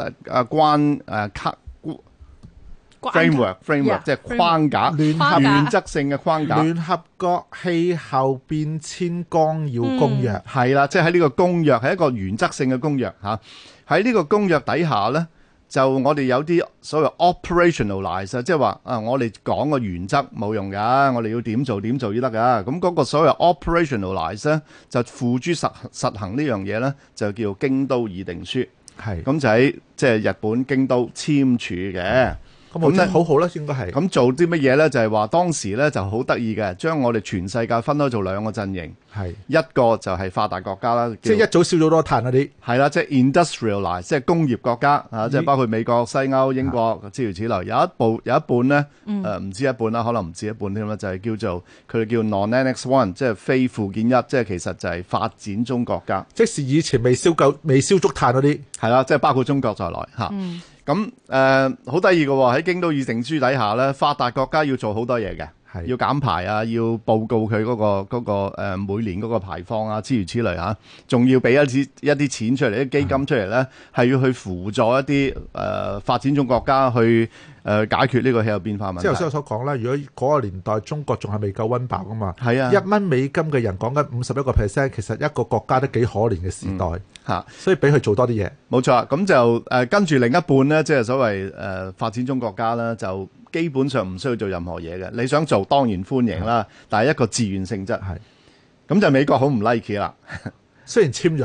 framework 即係框架，原則性嘅框架。 聯合國氣候變遷綱要公約係啦，即係喺呢個公約係一個原則性嘅公約嚇。喺呢個公約底下咧，就我哋有啲所謂 operationalize， 即係話我哋講個原則冇用㗎，我哋要點做先得㗎。咁嗰個所謂 operationalize 咧，就付諸實行呢樣嘢咧，就叫京都議定書。係咁就喺即係日本京都簽署嘅。咁咧好好啦，應該係咁做啲乜嘢咧？就係話當時咧就好得意嘅，將我哋全世界分開做兩個陣營，係一個就係發達國家啦， 即係一早燒咗好多碳嗰啲， 係啦，即係 industrialize， 即係工業國家啊，即係包括美國、西歐、英國諸如此類。有一半咧，唔止一半啦，可能唔止一半添啦，就係叫做佢哋叫 non-Annex One， 即係非附件一，即係其實就係發展中國家， 即是以前未燒足碳嗰啲， 係啦，即係包括中國在內嚇。咁好得意嘅喎，喺京都議定書底下咧，發達國家要做好多嘢嘅，要減排啊，要報告佢嗰個每年嗰個排放啊，諸如此類嚇，仲要俾一啲錢出嚟，啲基金出嚟咧，係要去輔助一啲發展中國家去解決呢個氣候變化問題。 即係頭先我所講啦，如果嗰個年代中國仲係未夠溫飽噶嘛， 係啊 ，1蚊美金嘅人講緊51%，其實一個國家都幾可憐嘅時代嚇，所以俾佢做多啲嘢。 冇錯，咁就跟住另一半咧，即係所謂發展中國家啦，就基本上唔需要做任何嘢嘅。你想做當然歡迎啦，但係一個自願性質係。咁就美國好唔 like 啦。 雖然簽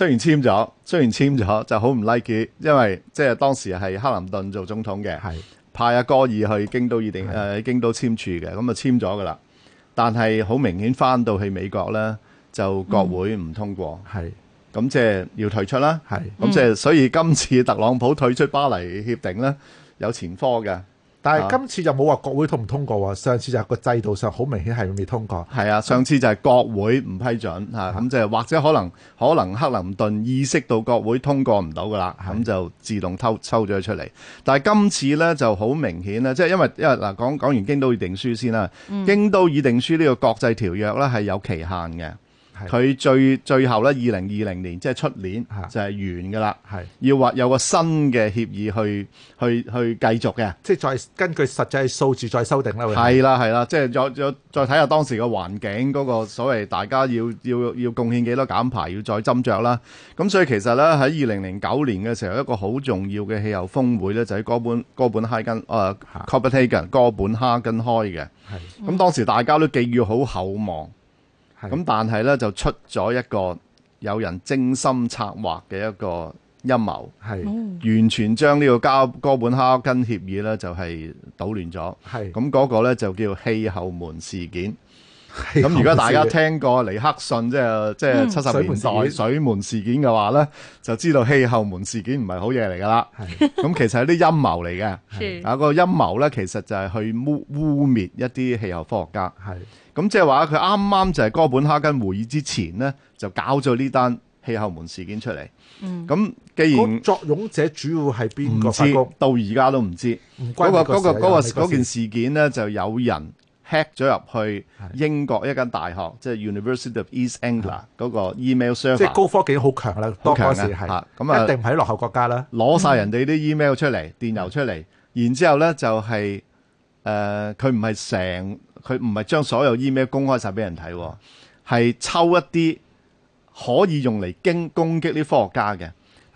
咗就好唔 like， 因為即係當時係克林頓做總統嘅，派阿戈爾去京都議定京都簽署嘅，咁啊簽咗噶啦。但係好明顯翻到去美國咧，就國會唔通過，咁即係要退出啦。咁即係所以今次特朗普退出巴黎協定咧，有前科嘅。 但係今次就冇話國會通唔通過喎，上次就係個制度上好明顯係未通過。 係啊，上次就係國會唔批准嚇，咁即係或者可能克林頓意識到國會通過唔到噶啦，咁就自動抽咗出嚟。但係今次咧就好明顯咧，即係因為嗱講完京都議定書先啦，京都議定書呢個國際條約咧係有期限嘅。佢最後咧2020年即係出年就係完㗎啦，要話有個新嘅協議去繼續嘅， 即係再根據實際數字再修訂啦。 係啦，即係再睇下當時嘅環境嗰個所謂大家要貢獻幾多減排，要再斟酌啦。咁所以其實咧喺2009年嘅時候，一個好重要嘅氣候峰會咧就喺哥本哈根哥本哈根開嘅。咁當時大家都寄予好厚望。咁但係咧就出咗一個有人精心策劃嘅一個陰謀，完全將呢個哥本哈根協議咧就係搗亂咗。咁嗰個咧就叫氣候門事件。咁如果大家聽過尼克遜即係70年代水門事件嘅話咧，就知道氣候門事件唔係好嘢嚟㗎啦。咁其實係啲陰謀嚟嘅。個陰謀咧其實就係去污蔑一啲氣候科學家。咁即係話佢啱啱就係哥本哈根會議之前呢，就搞咗呢單氣候門事件出嚟。咁既然作俑者主要係邊個？ 唔知到而家都唔知。嗰件事件呢，就有人 hack 咗入去英國一間大學，即係 University of East Anglia 嗰個 email server。 即係高科技好強啦，當嗰時係咁啊， 一定唔喺落後國家啦。 攞晒人哋啲 email 出嚟，電郵出嚟，然之後呢就係佢唔係將所有 email 公開晒俾人睇，係抽一啲可以用嚟攻擊啲科學家嘅，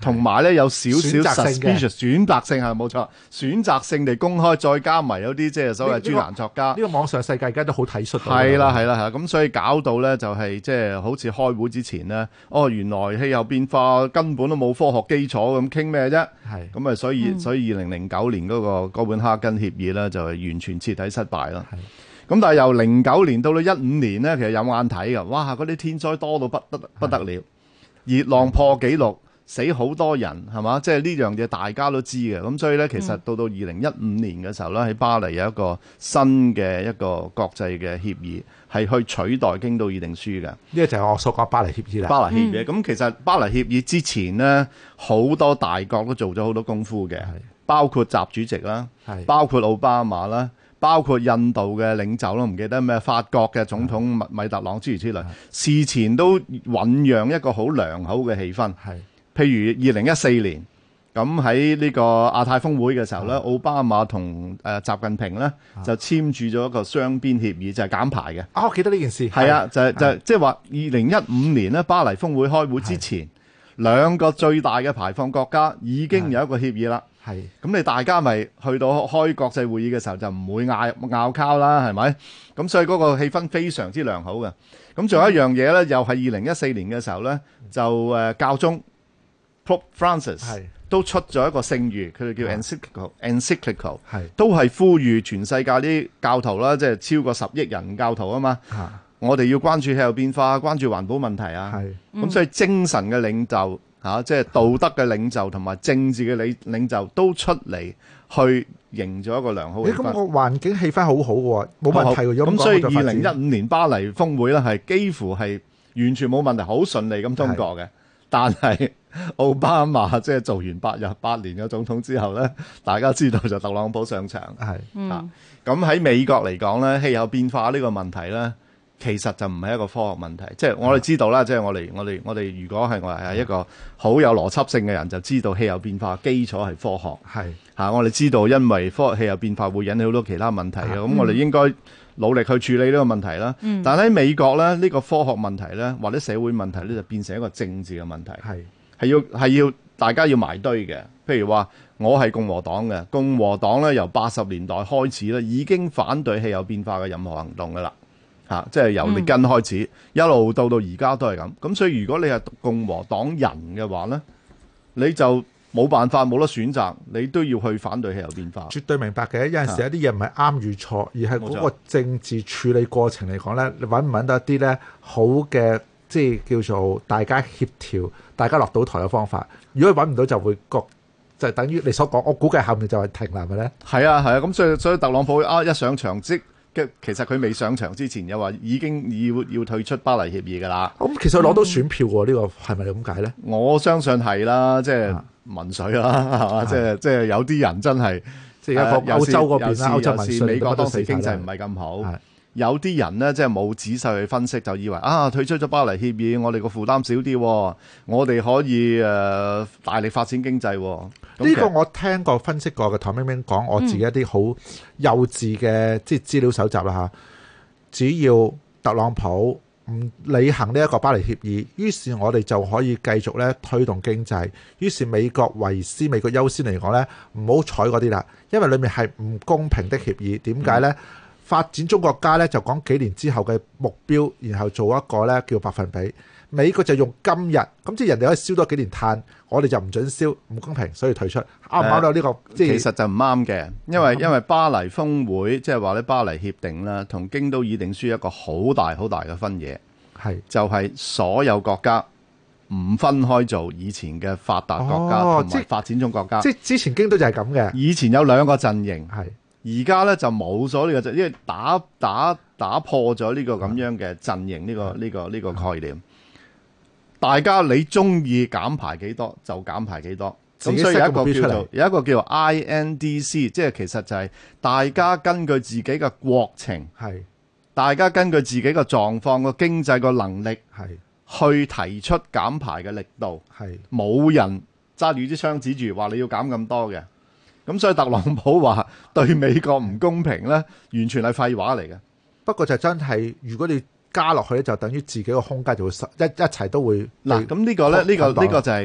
同埋咧有少少選擇性嘅 suspicious 選擇性係冇錯，選擇性地公開，再加埋有啲即係所謂專欄作家。 呢個網上世界而家都好體恤到。 係啦係啦係啦，咁所以搞到咧就係即係好似開會之前咧，原來氣候變化根本都冇科學基礎，咁傾咩啫？係咁啊，所以2009年嗰個哥本哈根協議咧就係完全徹底失敗啦。咁但係由09年到到15年咧，其實有眼睇㗎，哇！嗰啲天災多到不得了，熱浪破紀錄，死好多人係嘛？即係呢樣嘢大家都知嘅。咁所以咧，其實到2015年嘅時候咧，喺巴黎有一個新嘅一個國際嘅協議，係去取代京都議定書嘅。呢個就係我所講巴黎協議啦。 巴黎協議咁其實巴黎協議之前呢，好多大國都做咗好多功夫嘅，包括習主席啦，包括奧巴馬啦。包括印度嘅領袖咯，唔記得咩法國嘅總統米特朗諸如此類，事前都醖釀一個好良好嘅氣氛。譬如2014年，咁喺呢個亞太峰會嘅時候咧，奧巴馬同習近平咧就簽署咗一個雙邊協議，就係減排嘅。 我記得呢件事。 係啊，就即係話2015年咧巴黎峰會開會之前，兩個最大嘅排放國家已經有一個協議啦。咁你大家咪去到開國際會議嘅時候就唔會拗交啦，係咪？咁所以嗰個氣氛非常之良好嘅。咁仲有一樣嘢咧，又係2014年嘅時候咧，就教宗 Pope Francis 都出咗一個聖諭，佢哋叫 encyclical， 都係呼籲全世界啲教徒啦，即係超過10億人教徒啊嘛。我哋要關注氣候變化，關注環保問題啊。咁所以精神嘅領袖。即係道德嘅領袖同埋政治嘅領袖都出嚟去營造一個良好嘅氣氛。 咁個環境氣氛好好喎，冇問題嘅。 咁所以2015年巴黎峰會咧係幾乎係完全冇問題，好順利咁通過嘅。但係奧巴馬即係做完8年嘅總統之後咧，大家知道就特朗普上場。咁喺美國嚟講咧，氣候變化呢個問題咧，其實就唔係一個科學問題，即係我哋知道啦，即係我哋如果係我係一個好有邏輯性嘅人，就知道氣候變化基礎係科學。我哋知道因為氣候變化會引起好多其他問題嘅，咁我哋應該努力去處理呢個問題啦。但係喺美國咧，呢個科學問題咧，或者社會問題咧，就變成一個政治嘅問題，係要大家要埋堆嘅。譬如話，我係共和黨嘅，共和黨咧由80年代開始咧已經反對氣候變化嘅任何行動噶啦。即係由列根開始，一路到而家都係咁。咁所以如果你係共和黨人嘅話呢，你就冇辦法，冇得選擇，你都要去反對氣候變化。 絕對明白嘅，有陣時有啲嘢唔係啱與錯，而係嗰個政治處理過程嚟講呢，你揾唔揾到一啲呢好嘅，即係叫做大家協調、大家落到台嘅方法。如果揾唔到，就會就等於你所講，我估計後面就係停啦，係咪呢？ 係啊，咁所以特朗普一上場其實佢未上場之前又話已經要退出巴黎協議㗎啦。 咁其實攞到選票喎，呢個係咪咁解呢？ 我相信係啦，即係民粹啦，係嘛？即係有啲人真係即係歐洲嗰邊啦，歐洲民粹， 美國當時經濟唔係咁好。有啲人呢，即係冇仔細去分析，就以為退出咗巴黎協議，我哋個負擔少啲，我哋可以大力發展經濟。 呢個我聽過分析過嘅，唐冰冰講我自己一啲好幼稚嘅即係資料搜集啦嚇。只要特朗普唔履行呢一個巴黎協議，於是我哋就可以繼續咧推動經濟。於是美國為先、美國優先嚟講咧，唔好睬嗰啲啦，因為裡面係唔公平的協議。點解呢？發展中國家咧就講幾年之後嘅目標，然後做一個咧叫百分比。美國就用今日，咁即係人哋可以燒多幾年碳，我哋就唔準燒，唔公平，所以退出。啱唔啱咧？呢個其實就唔啱嘅，因為巴黎峰會即係話咧巴黎協定啦，同京都議定書一個好大嘅分野，就係所有國家唔分開做以前嘅發達國家同埋發展中國家。 即係之前京都就係咁嘅， 以前有兩個陣營，而家咧就冇咗呢個陣，因為打破咗呢個咁樣嘅陣營呢個概念。大家你中意減排幾多就減排幾多，咁所以有一個叫做 INDC， 即係其實就係大家根據自己嘅國情，大家根據自己嘅狀況、個經濟個能力，去提出減排嘅力度，冇人揸住支槍指住話你要減咁多嘅。咁所以特朗普話對美國唔公平咧，完全係廢話嚟嘅。 不過就真係如果你加落去咧，就等於自己個空間就會一齊都會嗱。咁呢個咧，呢個就係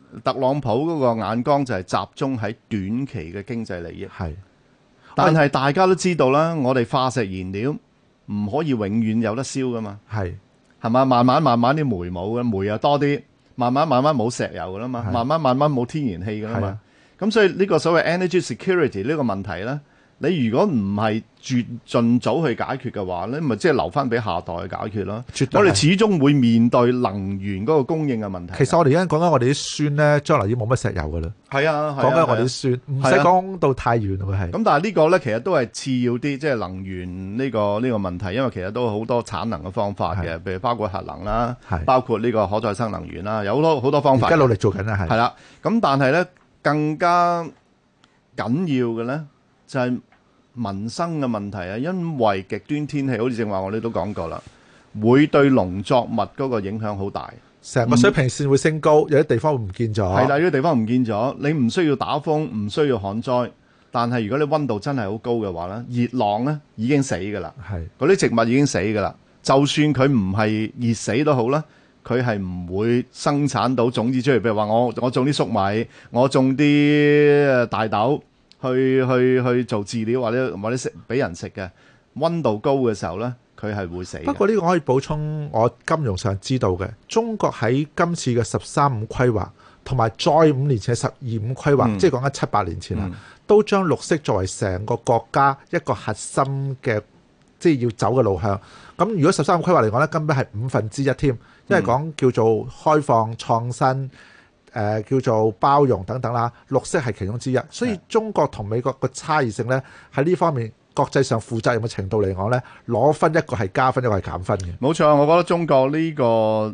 特朗普嗰個眼光就係集中喺短期嘅經濟利益。 係， 但係大家都知道啦，我哋化石燃料唔可以永遠有得燒噶嘛。 係嘛？慢慢啲煤冇嘅，煤又多啲，慢慢冇石油噶啦嘛，慢慢冇天然氣噶啦嘛。咁所以呢個所謂 energy security 呢個問題咧，你如果唔係盡早去解決嘅話咧，咪即係留翻俾下代去解決咯。我哋始終會面對能源嗰個供應嘅問題。 其實我哋而家講緊我哋啲孫咧，將來已經冇乜石油噶啦。 係啊， 講緊我哋啲孫，唔使講到太遠喎。係。 咁但係呢個咧，其實都係次要啲，即係能源呢個問題，因為其實都有好多產能嘅方法嘅，譬如包括核能啦，包括呢個可再生能源啦，有好多方法。 而家努力做緊啦，係。 係啦，咁但係咧更加緊要嘅咧就係民生嘅問題啊，因為極端天氣，好似正話我哋都講過啦，會對農作物嗰個影響好大， 成個水平線會升高，有啲地方會唔見咗。 係啦，有啲地方唔見咗，你唔需要打風，唔需要旱災，但係如果你溫度真係好高嘅話咧，熱浪咧已經死㗎啦，嗰啲植物已經死㗎啦，就算佢唔係熱死都好啦，佢係唔會生產到種子出嚟。譬如話我種啲粟米，我種啲大豆。去做飼料或者食俾人食嘅，溫度高嘅時候呢，佢係會死。 不過呢個可以補充我金融上知道嘅，中國喺今次嘅13-5規劃，同埋再5年前嘅12-5規劃，即係講緊7-8年前啦，都將綠色作為成個國家一個核心嘅即係要走嘅路向。咁如果13-5規劃嚟講呢，根本係1/5添，因為講叫做開放創新。叫做包容等等啦，綠色係其中之一，所以中國同美國個差異性呢，喺呢方面國際上負責任嘅程度嚟講呢，攞分一個係加分，一個係減分嘅。 冇錯，我覺得中國呢個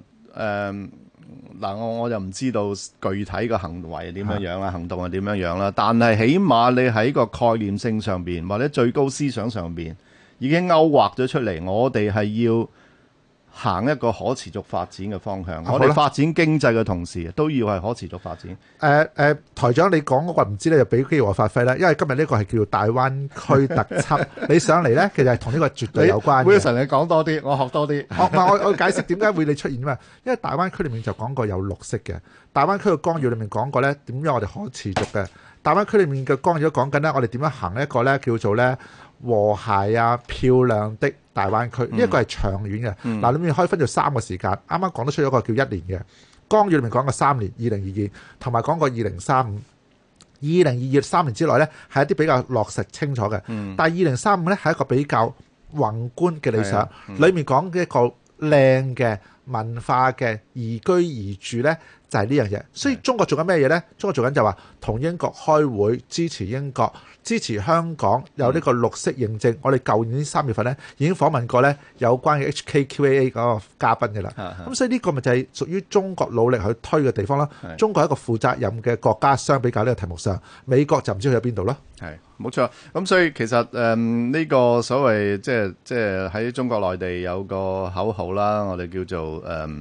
我就唔知道具體嘅行為係點樣樣啦，行動係點樣樣啦，但係起碼你喺個概念性上邊或者最高思想上邊已經勾畫咗出嚟，我哋係要行一個可持續發展嘅方向，我哋發展經濟嘅同時，都要係可持續發展。 台長你講嗰個唔知咧，就俾機會我發揮啦。因為今日呢個係叫做大灣區特輯，你上嚟咧，其實係同呢個絕對有關嘅。 Wilson，你講多啲，我學多啲。 我解釋點解會你出現嘛？因為大灣區裏面就講過有綠色嘅，大灣區嘅綱要裏面講過咧，點樣我哋可持續嘅。大灣區裏面嘅綱要都講緊咧，我哋點樣行一個咧叫做咧和諧啊漂亮的大灣區，呢一個係長遠嘅。嗱，裏面可以分做3個時間。啱啱講得出咗一個叫1年嘅綱要裏面講過3年，2022，同埋講過2035。2022 3年之內咧係一啲比較落實清楚嘅，但係2035咧係一個比較宏觀嘅理想，裏面講嘅一個靚嘅文化嘅宜居宜住咧。就係呢樣嘢，所以中國做緊咩嘢呢？中國做緊就話同英國開會，支持英國，支持香港有呢個綠色認證。我哋舊年3月份呢已經訪問過呢有關嘅 HKQAA 嗰個嘉賓嘅啦。咁所以呢個咪就係屬於中國努力去推嘅地方咯。中國係一個負責任嘅國家，相比較呢個題目上，美國就唔知去咗邊度咯。 係冇錯。咁所以其實呢個所謂即係喺中國內地有個口號啦，我哋叫做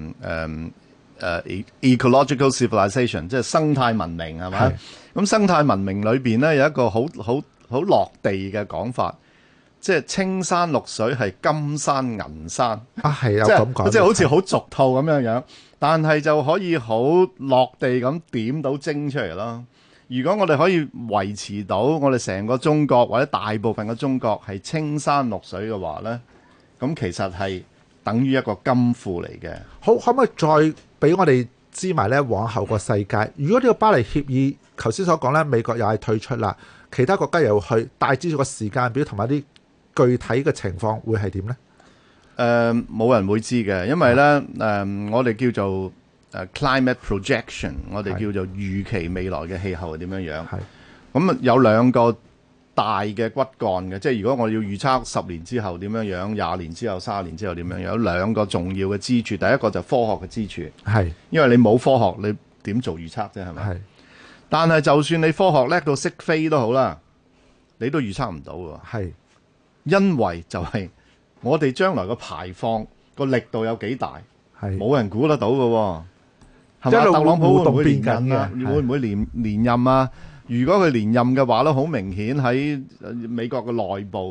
ecological civilization， 即係生態文明係咪？咁生態文明裏邊咧有一個好落地嘅講法，即係青山綠水係金山銀山啊，係有咁講， 即係好似好俗套咁樣，但係就可以好落地咁點到精出嚟咯。如果我哋可以維持到我哋成個中國或者大部分嘅中國係青山綠水嘅話咧，咁其實係等於一個金庫嚟嘅。 好，可唔可以再俾我哋知埋咧往後個世界？如果呢個巴黎協議頭先所講咧，美國又係退出啦，其他國家又去，大致個時間表同埋啲具體嘅情況會係點咧？ 冇人會知嘅，因為咧我哋叫做climate projection， 我哋叫做預期未來嘅氣候係點樣樣。咁有2個大嘅骨幹嘅，即係如果我要預測10年之後點樣樣，20年之後、30年之後點樣樣，有2個重要嘅支柱。第一個就係科學嘅支柱，因為你冇科學，你點做預測啫？係咪？但係就算你科學叻到識飛都好啦，你都預測唔到喎。因為就係我哋將來個排放個力度有幾大，冇人估得到嘅。係咪？特朗普會唔會連任啊？會唔會連任啊？如果佢連任嘅話咧，好明顯喺美國嘅內部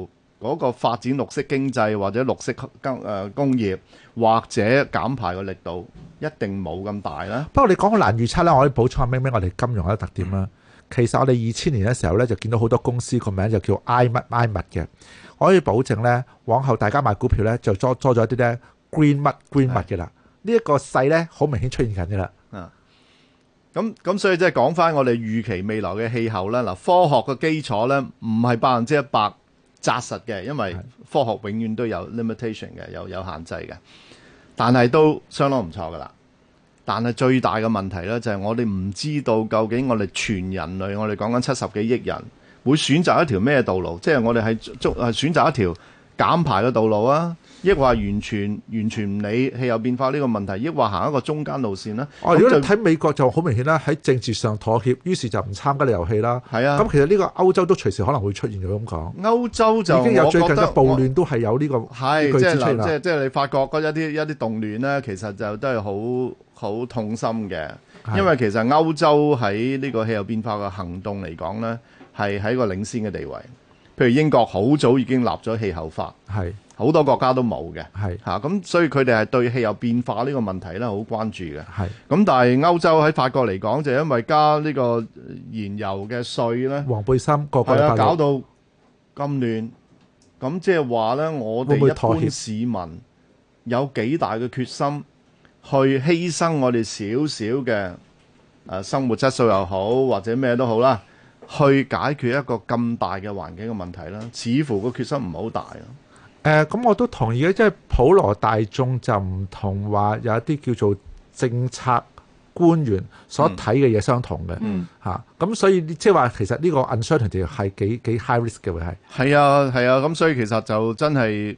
嗰個發展綠色經濟或者綠色工業或者減排嘅力度一定冇咁大啦。 不過你講好難預測啦，我可以補充下明明我哋金融嘅特點啦。其實我哋2000年嘅時候咧，就見到好多公司個名就叫 I 乜 I 乜嘅，我可以保證咧，往後大家買股票咧就多咗一啲咧 Green 乜 Green 乜嘅啦。呢一個勢咧好明顯出現緊嘅啦。 咁所以即係講翻我哋預期未來嘅氣候咧，嗱科學嘅基礎咧唔係100%紮實嘅，因為科學永遠都有 limitation 嘅，有限制嘅，但係都相當唔錯噶啦。但係最大嘅問題咧就係我哋唔知道究竟我哋全人類，我哋講緊70幾億人會選擇一條咩道路，即係我哋係選擇一條減排嘅道路啊，抑或完全唔理氣候變化呢個問題，抑或行一個中間路線呢？ 如果你睇美國就好明顯啦，喺政治上妥協，於是就唔參加你遊戲啦。係啊，咁其實呢個歐洲都隨時可能會出現嘅咁講。歐洲就已經有最近嘅暴亂都係有呢個依據之出啦。 即係你發覺嗰一啲動亂呢，其實就都係好痛心嘅，因為其實歐洲喺呢個氣候變化嘅行動嚟講呢，係喺個領先嘅地位。譬如英國好早已經立咗氣候法，係好多國家都冇嘅，係嚇咁，所以佢哋係對氣候變化呢個問題咧好關注嘅，係咁。但係歐洲喺法國嚟講，就因為加呢個燃油嘅稅咧，黃背心個個搞到咁亂，咁即係話咧，我哋一般市民有幾大嘅決心去犧牲我哋少少嘅生活質素又好，或者咩都好啦，去解決一個咁大嘅環境嘅問題啦，似乎個決心唔係好大咯。 咁我都同意嘅，即係普羅大眾就唔同話有一啲叫做政策官員所睇嘅嘢相同嘅，咁所以即係話其實呢個 uncertainty 係幾 high risk 嘅會係。係啊，咁所以其實就真係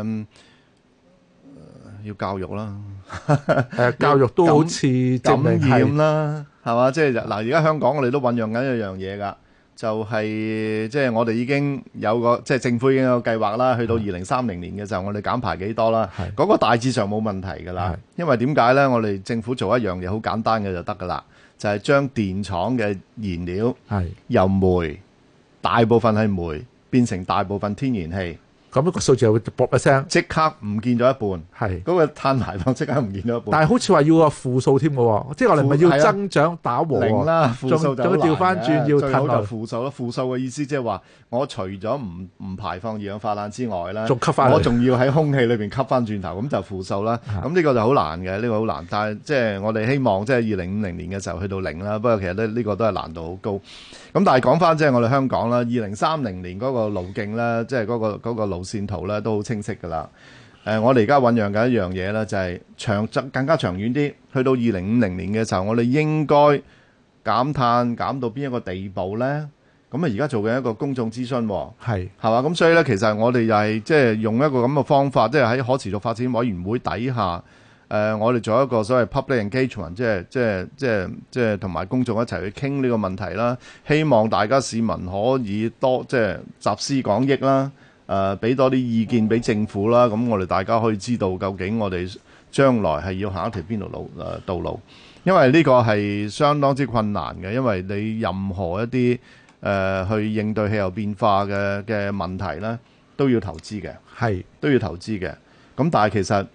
要教育啦，教育都好似感染啦，係嘛？即係嗱，而家香港我哋都醖釀緊一樣嘢㗎，就係即係我哋已經有個即係政府已經有個計劃啦，去到2030年嘅時候，我哋減排幾多啦？嗰個大致上冇問題㗎啦。因為點解呢？我哋政府做一樣嘢好簡單嘅就得㗎啦，就係將電廠嘅燃料由煤大部分係煤變成大部分天然氣。咁個數字就會啵一聲，即刻唔見咗一半，係嗰個碳排放即刻唔見咗一半。但係好似話要個負數添嘅喎，即係我哋咪要增長打和零啦，負數就調翻轉要褪落負數咯。負數嘅意思即係話，我除咗唔排放二氧化碳之外咧，仲吸翻，我仲要喺空氣裏邊吸翻轉頭，咁就負數啦。咁呢個就好難嘅，呢個好難。但係即係我哋希望即係2050年嘅時候去到零啦。不過其實咧呢個都係難度好高。咁但係講翻即係我哋香港啦，2030年嗰個路徑咧，即係嗰個路線圖咧都好清晰㗎啦。我哋而家醖釀緊一樣嘢咧，就係更加長遠啲，去到2050年嘅時候，我哋應該減碳減到邊一個地步咧？咁啊，而家做緊一個公眾諮詢，係嘛？咁所以咧，其實我哋又係即係用一個咁嘅方法，即係喺可持續發展委員會底下，我哋做一個所謂 public engagement，即係同埋公眾一齊去傾呢個問題啦。希望大家市民可以多即係集思廣益啦。俾多啲意見俾政府啦，咁我哋大家可以知道究竟我哋將來係要行一條邊條道路，因為呢個係相當之困難嘅，因為你任何一啲去應對氣候變化嘅問題咧，都要投資嘅，係都要投資嘅。咁但係其實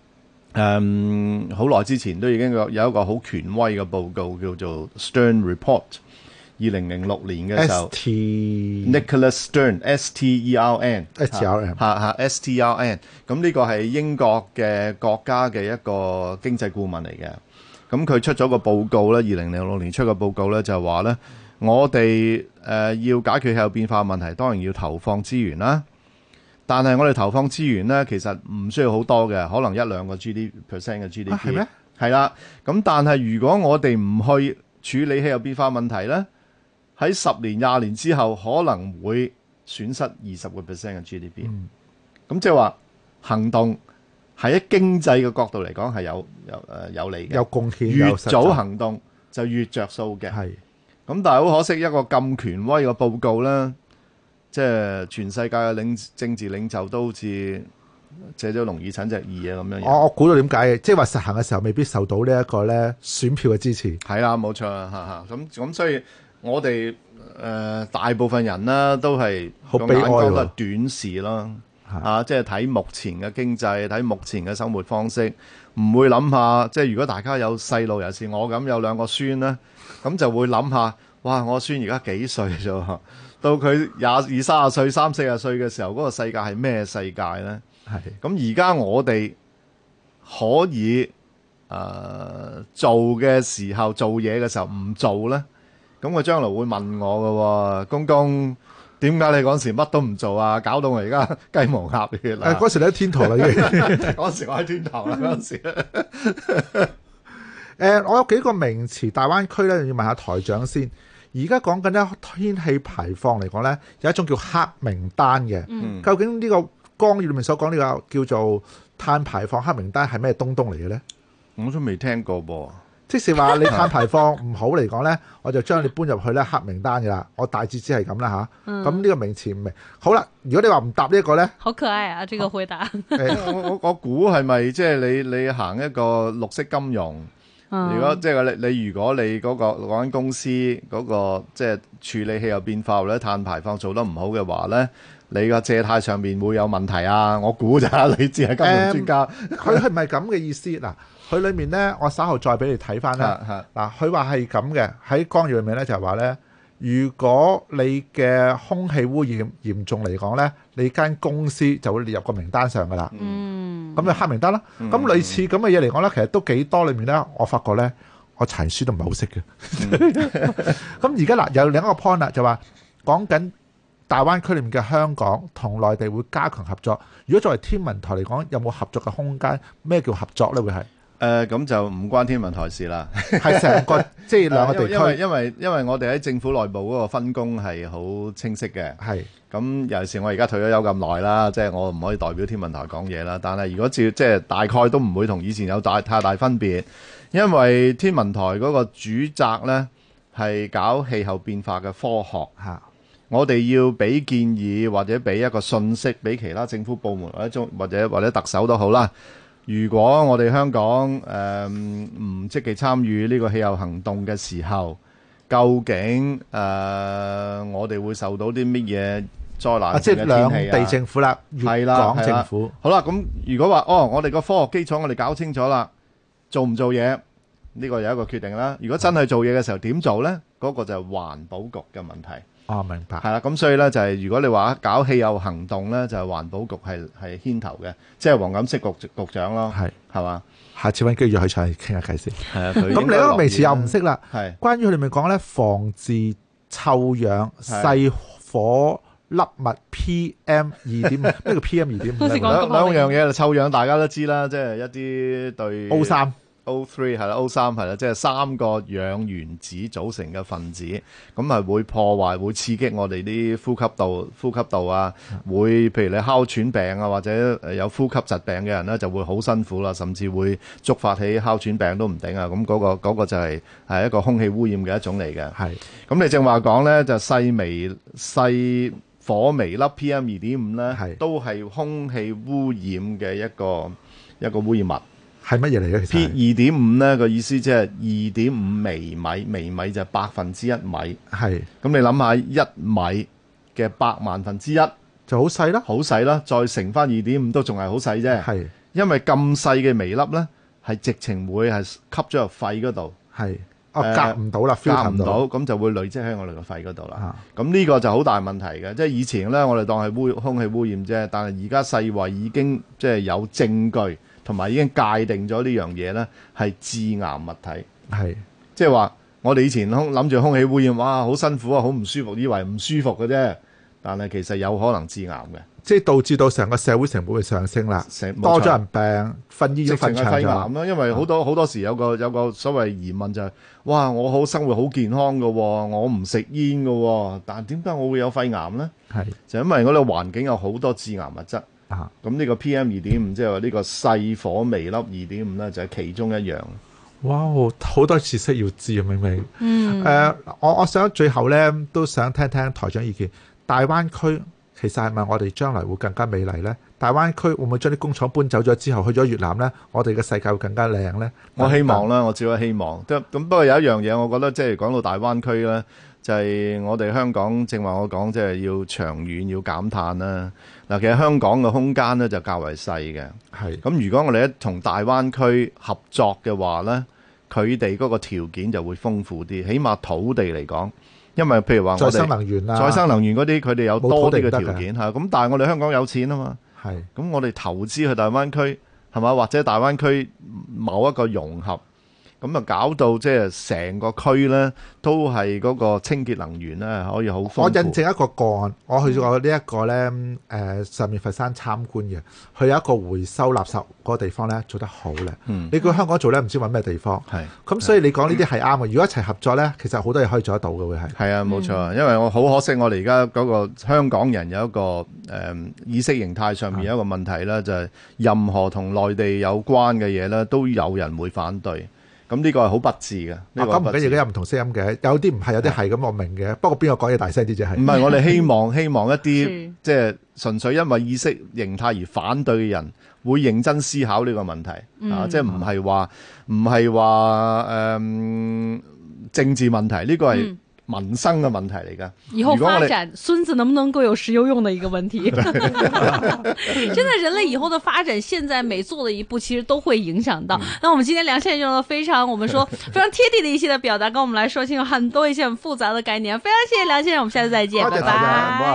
好耐之前都已經有一個好權威嘅報告叫做 Stern Report。2006年嘅時候 Nicholas Stern STERN 咁呢個係英國嘅國家嘅一個經濟顧問嚟嘅。咁佢出咗個報告咧，2006年出個報告咧，就係話咧，我哋要解決氣候變化問題，當然要投放資源啦。但係我哋投放資源咧，其實唔需要好多嘅，可能1-2個 GDP 嘅 GDP 係咩？係啦。咁但係如果我哋唔去處理氣候變化問題咧，喺10年、20年之後，可能會損失20% 嘅 GDP。咁即係話行動喺經濟嘅角度嚟講係有利嘅，有貢獻。越早行動就越着數嘅。係。咁但係好可惜，一個咁權威嘅報告咧，即係全世界嘅政治領袖都好似借咗聾耳陳隻耳啊咁樣。我估到點解，即係話實行嘅時候未必受到呢一個咧選票嘅支持。係啦，冇錯咁所以。 我哋大部分人啦都係好悲哀喎， 眼光都係短視咯。即係睇目前嘅經濟，睇目前嘅生活方式，唔會諗下，即係如果大家有細路，尤其是我咁有2個孫咧，咁就會諗下，哇！我孫而家幾歲啫？到佢20、30歲、30、40歲嘅時候，嗰個世界係咩世界咧？係咁而家我哋可以做嘅時候，做嘢嘅時候唔做咧，咁佢將來會問我㗎喎，公公。點解你嗰時乜都唔做啊？搞到我而家雞毛鴨血啦！ 嗰時你喺天堂啦，已經嗰時我喺天堂啦，嗰時。 我有幾個名詞，大灣區咧要問下台長先。而家講緊咧天氣排放嚟講咧，有一種叫黑名單嘅。究竟呢個綱要裏面所講呢個叫做碳排放黑名單係咩東東嚟嘅咧？ 我都未聽過噃。 即是話你碳排放唔好嚟講咧，我就將你搬入去咧黑名單嘅啦。我大致只係咁啦嚇。咁呢個名詞唔明。好啦，如果你話唔答呢一個咧， 好可愛啊！這個回答。 我估係咪即係你行一個綠色金融？如果即係你如果你嗰間公司嗰個即係處理氣候變化或者碳排放做得唔好嘅話咧，你個借貸上面會有問題啊！我估咋，你只係金融專家。 佢係唔係咁嘅意思嗱？佢裏面咧，我稍後再俾你睇翻啦。嗱，佢話係咁嘅，喺綱要裏面咧就係話咧，如果你嘅空氣污染嚴重嚟講咧，你間公司就會列入個名單上噶啦。咁就黑名單啦。咁類似咁嘅嘢嚟講咧，其實都幾多裏面咧，我發覺咧，我查書都唔係好識嘅。咁而家嗱有另一個 point 啦，就話講緊大灣區裏面嘅香港同內地會加強合作。如果作為天文台嚟講，有冇合作嘅空間？咩叫合作咧？會係？ 咁就唔關天文台事啦， 係成個即係兩個地區。 因為我哋喺政府內部嗰個分工係好清晰嘅。 係咁，尤其是我而家退咗休咁耐啦，即係我唔可以代表天文台講嘢啦。但係如果照即係大概都唔會同以前有太大分別，因為天文台嗰個主責呢係搞氣候變化嘅科學。我哋要俾建議或者俾一個信息俾其他政府部門或者特首都好啦。如果我哋香港唔積極參與呢個氣候行動嘅時候，究竟我哋會受到啲乜嘢災難性嘅天氣啊？ 即係兩地政府啦，粵港政府。 好啦，咁如果話我哋個科學基礎我哋搞清楚啦，做唔做嘢？呢個有一個決定啦。如果真係做嘢嘅時候點做呢？嗰個就係環保局嘅問題。 明白。 係啦，咁所以咧就係如果你話搞氣候行動咧，就係環保局係牽頭嘅，即係黃錦星局長咯，係嘛？ 下次揾機會去上嚟傾下偈先。 係啊， 咁你一個名詞又唔識啦。 係關於佢哋咪講咧，防治臭氧細火粒物 PM2.5，咩叫 PM2.5？ 兩樣嘢啦，臭氧大家都知啦，即係一啲對 O3 係啦 ，O3 係啦，即係3個氧原子組成嘅分子，咁係會破壞、會刺激我哋啲呼吸道啊，會譬如你哮喘病啊，或者有呼吸疾病嘅人咧，就會好辛苦啦，甚至會觸發起哮喘病都唔定啊！咁嗰個就係一個空氣污染嘅一種嚟嘅。係，咁你正話講咧，就細火微粒 PM2.5 咧，都係空氣污染嘅一個污染物。 係乜嘢嚟嘅？其實 P2.5 咧個意思即係2.5微米，微米就係1%米。係。咁你諗下1米嘅100萬分之一就好細啦， 好細啦，再乘翻2.5都仲係好細啫。係。因為咁細嘅微粒咧，係直情會係吸咗入肺嗰度。係。 隔唔到啦， 隔唔到，咁就會累積喺我哋個肺嗰度啦。咁呢個就好大問題嘅，即係以前咧我哋當係空氣污染啫，但係而家世衛已經即係有證據。同埋已經界定咗呢樣嘢咧，係致癌物體。係，即係話我哋以前諗住空氣污染，哇，好辛苦啊，好唔舒服，以為唔舒服嘅啫。但係其實有可能致癌嘅， 即係導致到成個社會成本會上升啦。多咗人病，瞓醫院瞓長咗。 肺癌咯，因為好多時有個所謂疑問就係，哇，我好生活好健康嘅，我唔食煙嘅，但係點解我會有肺癌咧？係，就因為我哋環境有好多致癌物質。咁呢個 PM2.5 即係話呢個細火微粒2.5咧，就係其中一樣。 哇，好多知識要知啊，明唔明？我想最後咧都想聽聽台長意見。大灣區其實係咪我哋將來會更加美麗咧？大灣區會唔會將啲工廠搬走咗之後去咗越南咧？我哋嘅世界會更加靚咧？ 我希望啦，我只可以希望。咁不過有一樣嘢，我覺得即係講到大灣區咧， 就係我哋香港正話我講，即係要長遠要減碳啦。嗱，其實香港嘅空間咧就較為細嘅。 係。 咁如果我哋一同大灣區合作嘅話咧，佢哋嗰個條件就會豐富啲，起碼土地嚟講。因為譬如話我哋再生能源啦， 再生能源嗰啲佢哋有多啲嘅條件嚇。咁但係我哋香港有錢啊嘛。 係。 咁我哋投資去大灣區係嘛，或者大灣區某一個融合。咁啊，搞到即係成個區咧，都係嗰個清潔能源咧，可以好豐富。 我印證一個個案，我去過呢一個咧，上面佛山參觀嘅，佢有一個回收垃圾嗰個地方咧，做得好咧。你估香港做咧，唔知揾咩地方。 係。咁所以你講呢啲係啱嘅。如果一齊合作咧，其實好多嘢可以做得到嘅會係。 係啊，冇錯。因為我好可惜，我哋而家嗰個香港人有一個意識形態上面有一個問題啦，就係任何同內地有關嘅嘢咧，都有人會反對。咁呢個係好不智嘅。 咁唔緊要嘅，有唔同聲音嘅，有啲唔係，有啲係咁，我明嘅。不過邊個講嘢大聲啲啫？係唔係我哋希望一啲即係純粹因為意識形態而反對嘅人，會認真思考呢個問題啊！即係唔係話政治問題，呢個係民生嘅問題嚟㗎。 以後發展，孫子能不能夠有石油用的一個問題。真的，人類以後的發展，現在每做的一步，其實都會影響到。那我們今天梁先生用了非常貼地的一些的表達，跟我們來說清楚很多一些很複雜的概念。非常謝謝梁先生，我們下次再見，拜拜。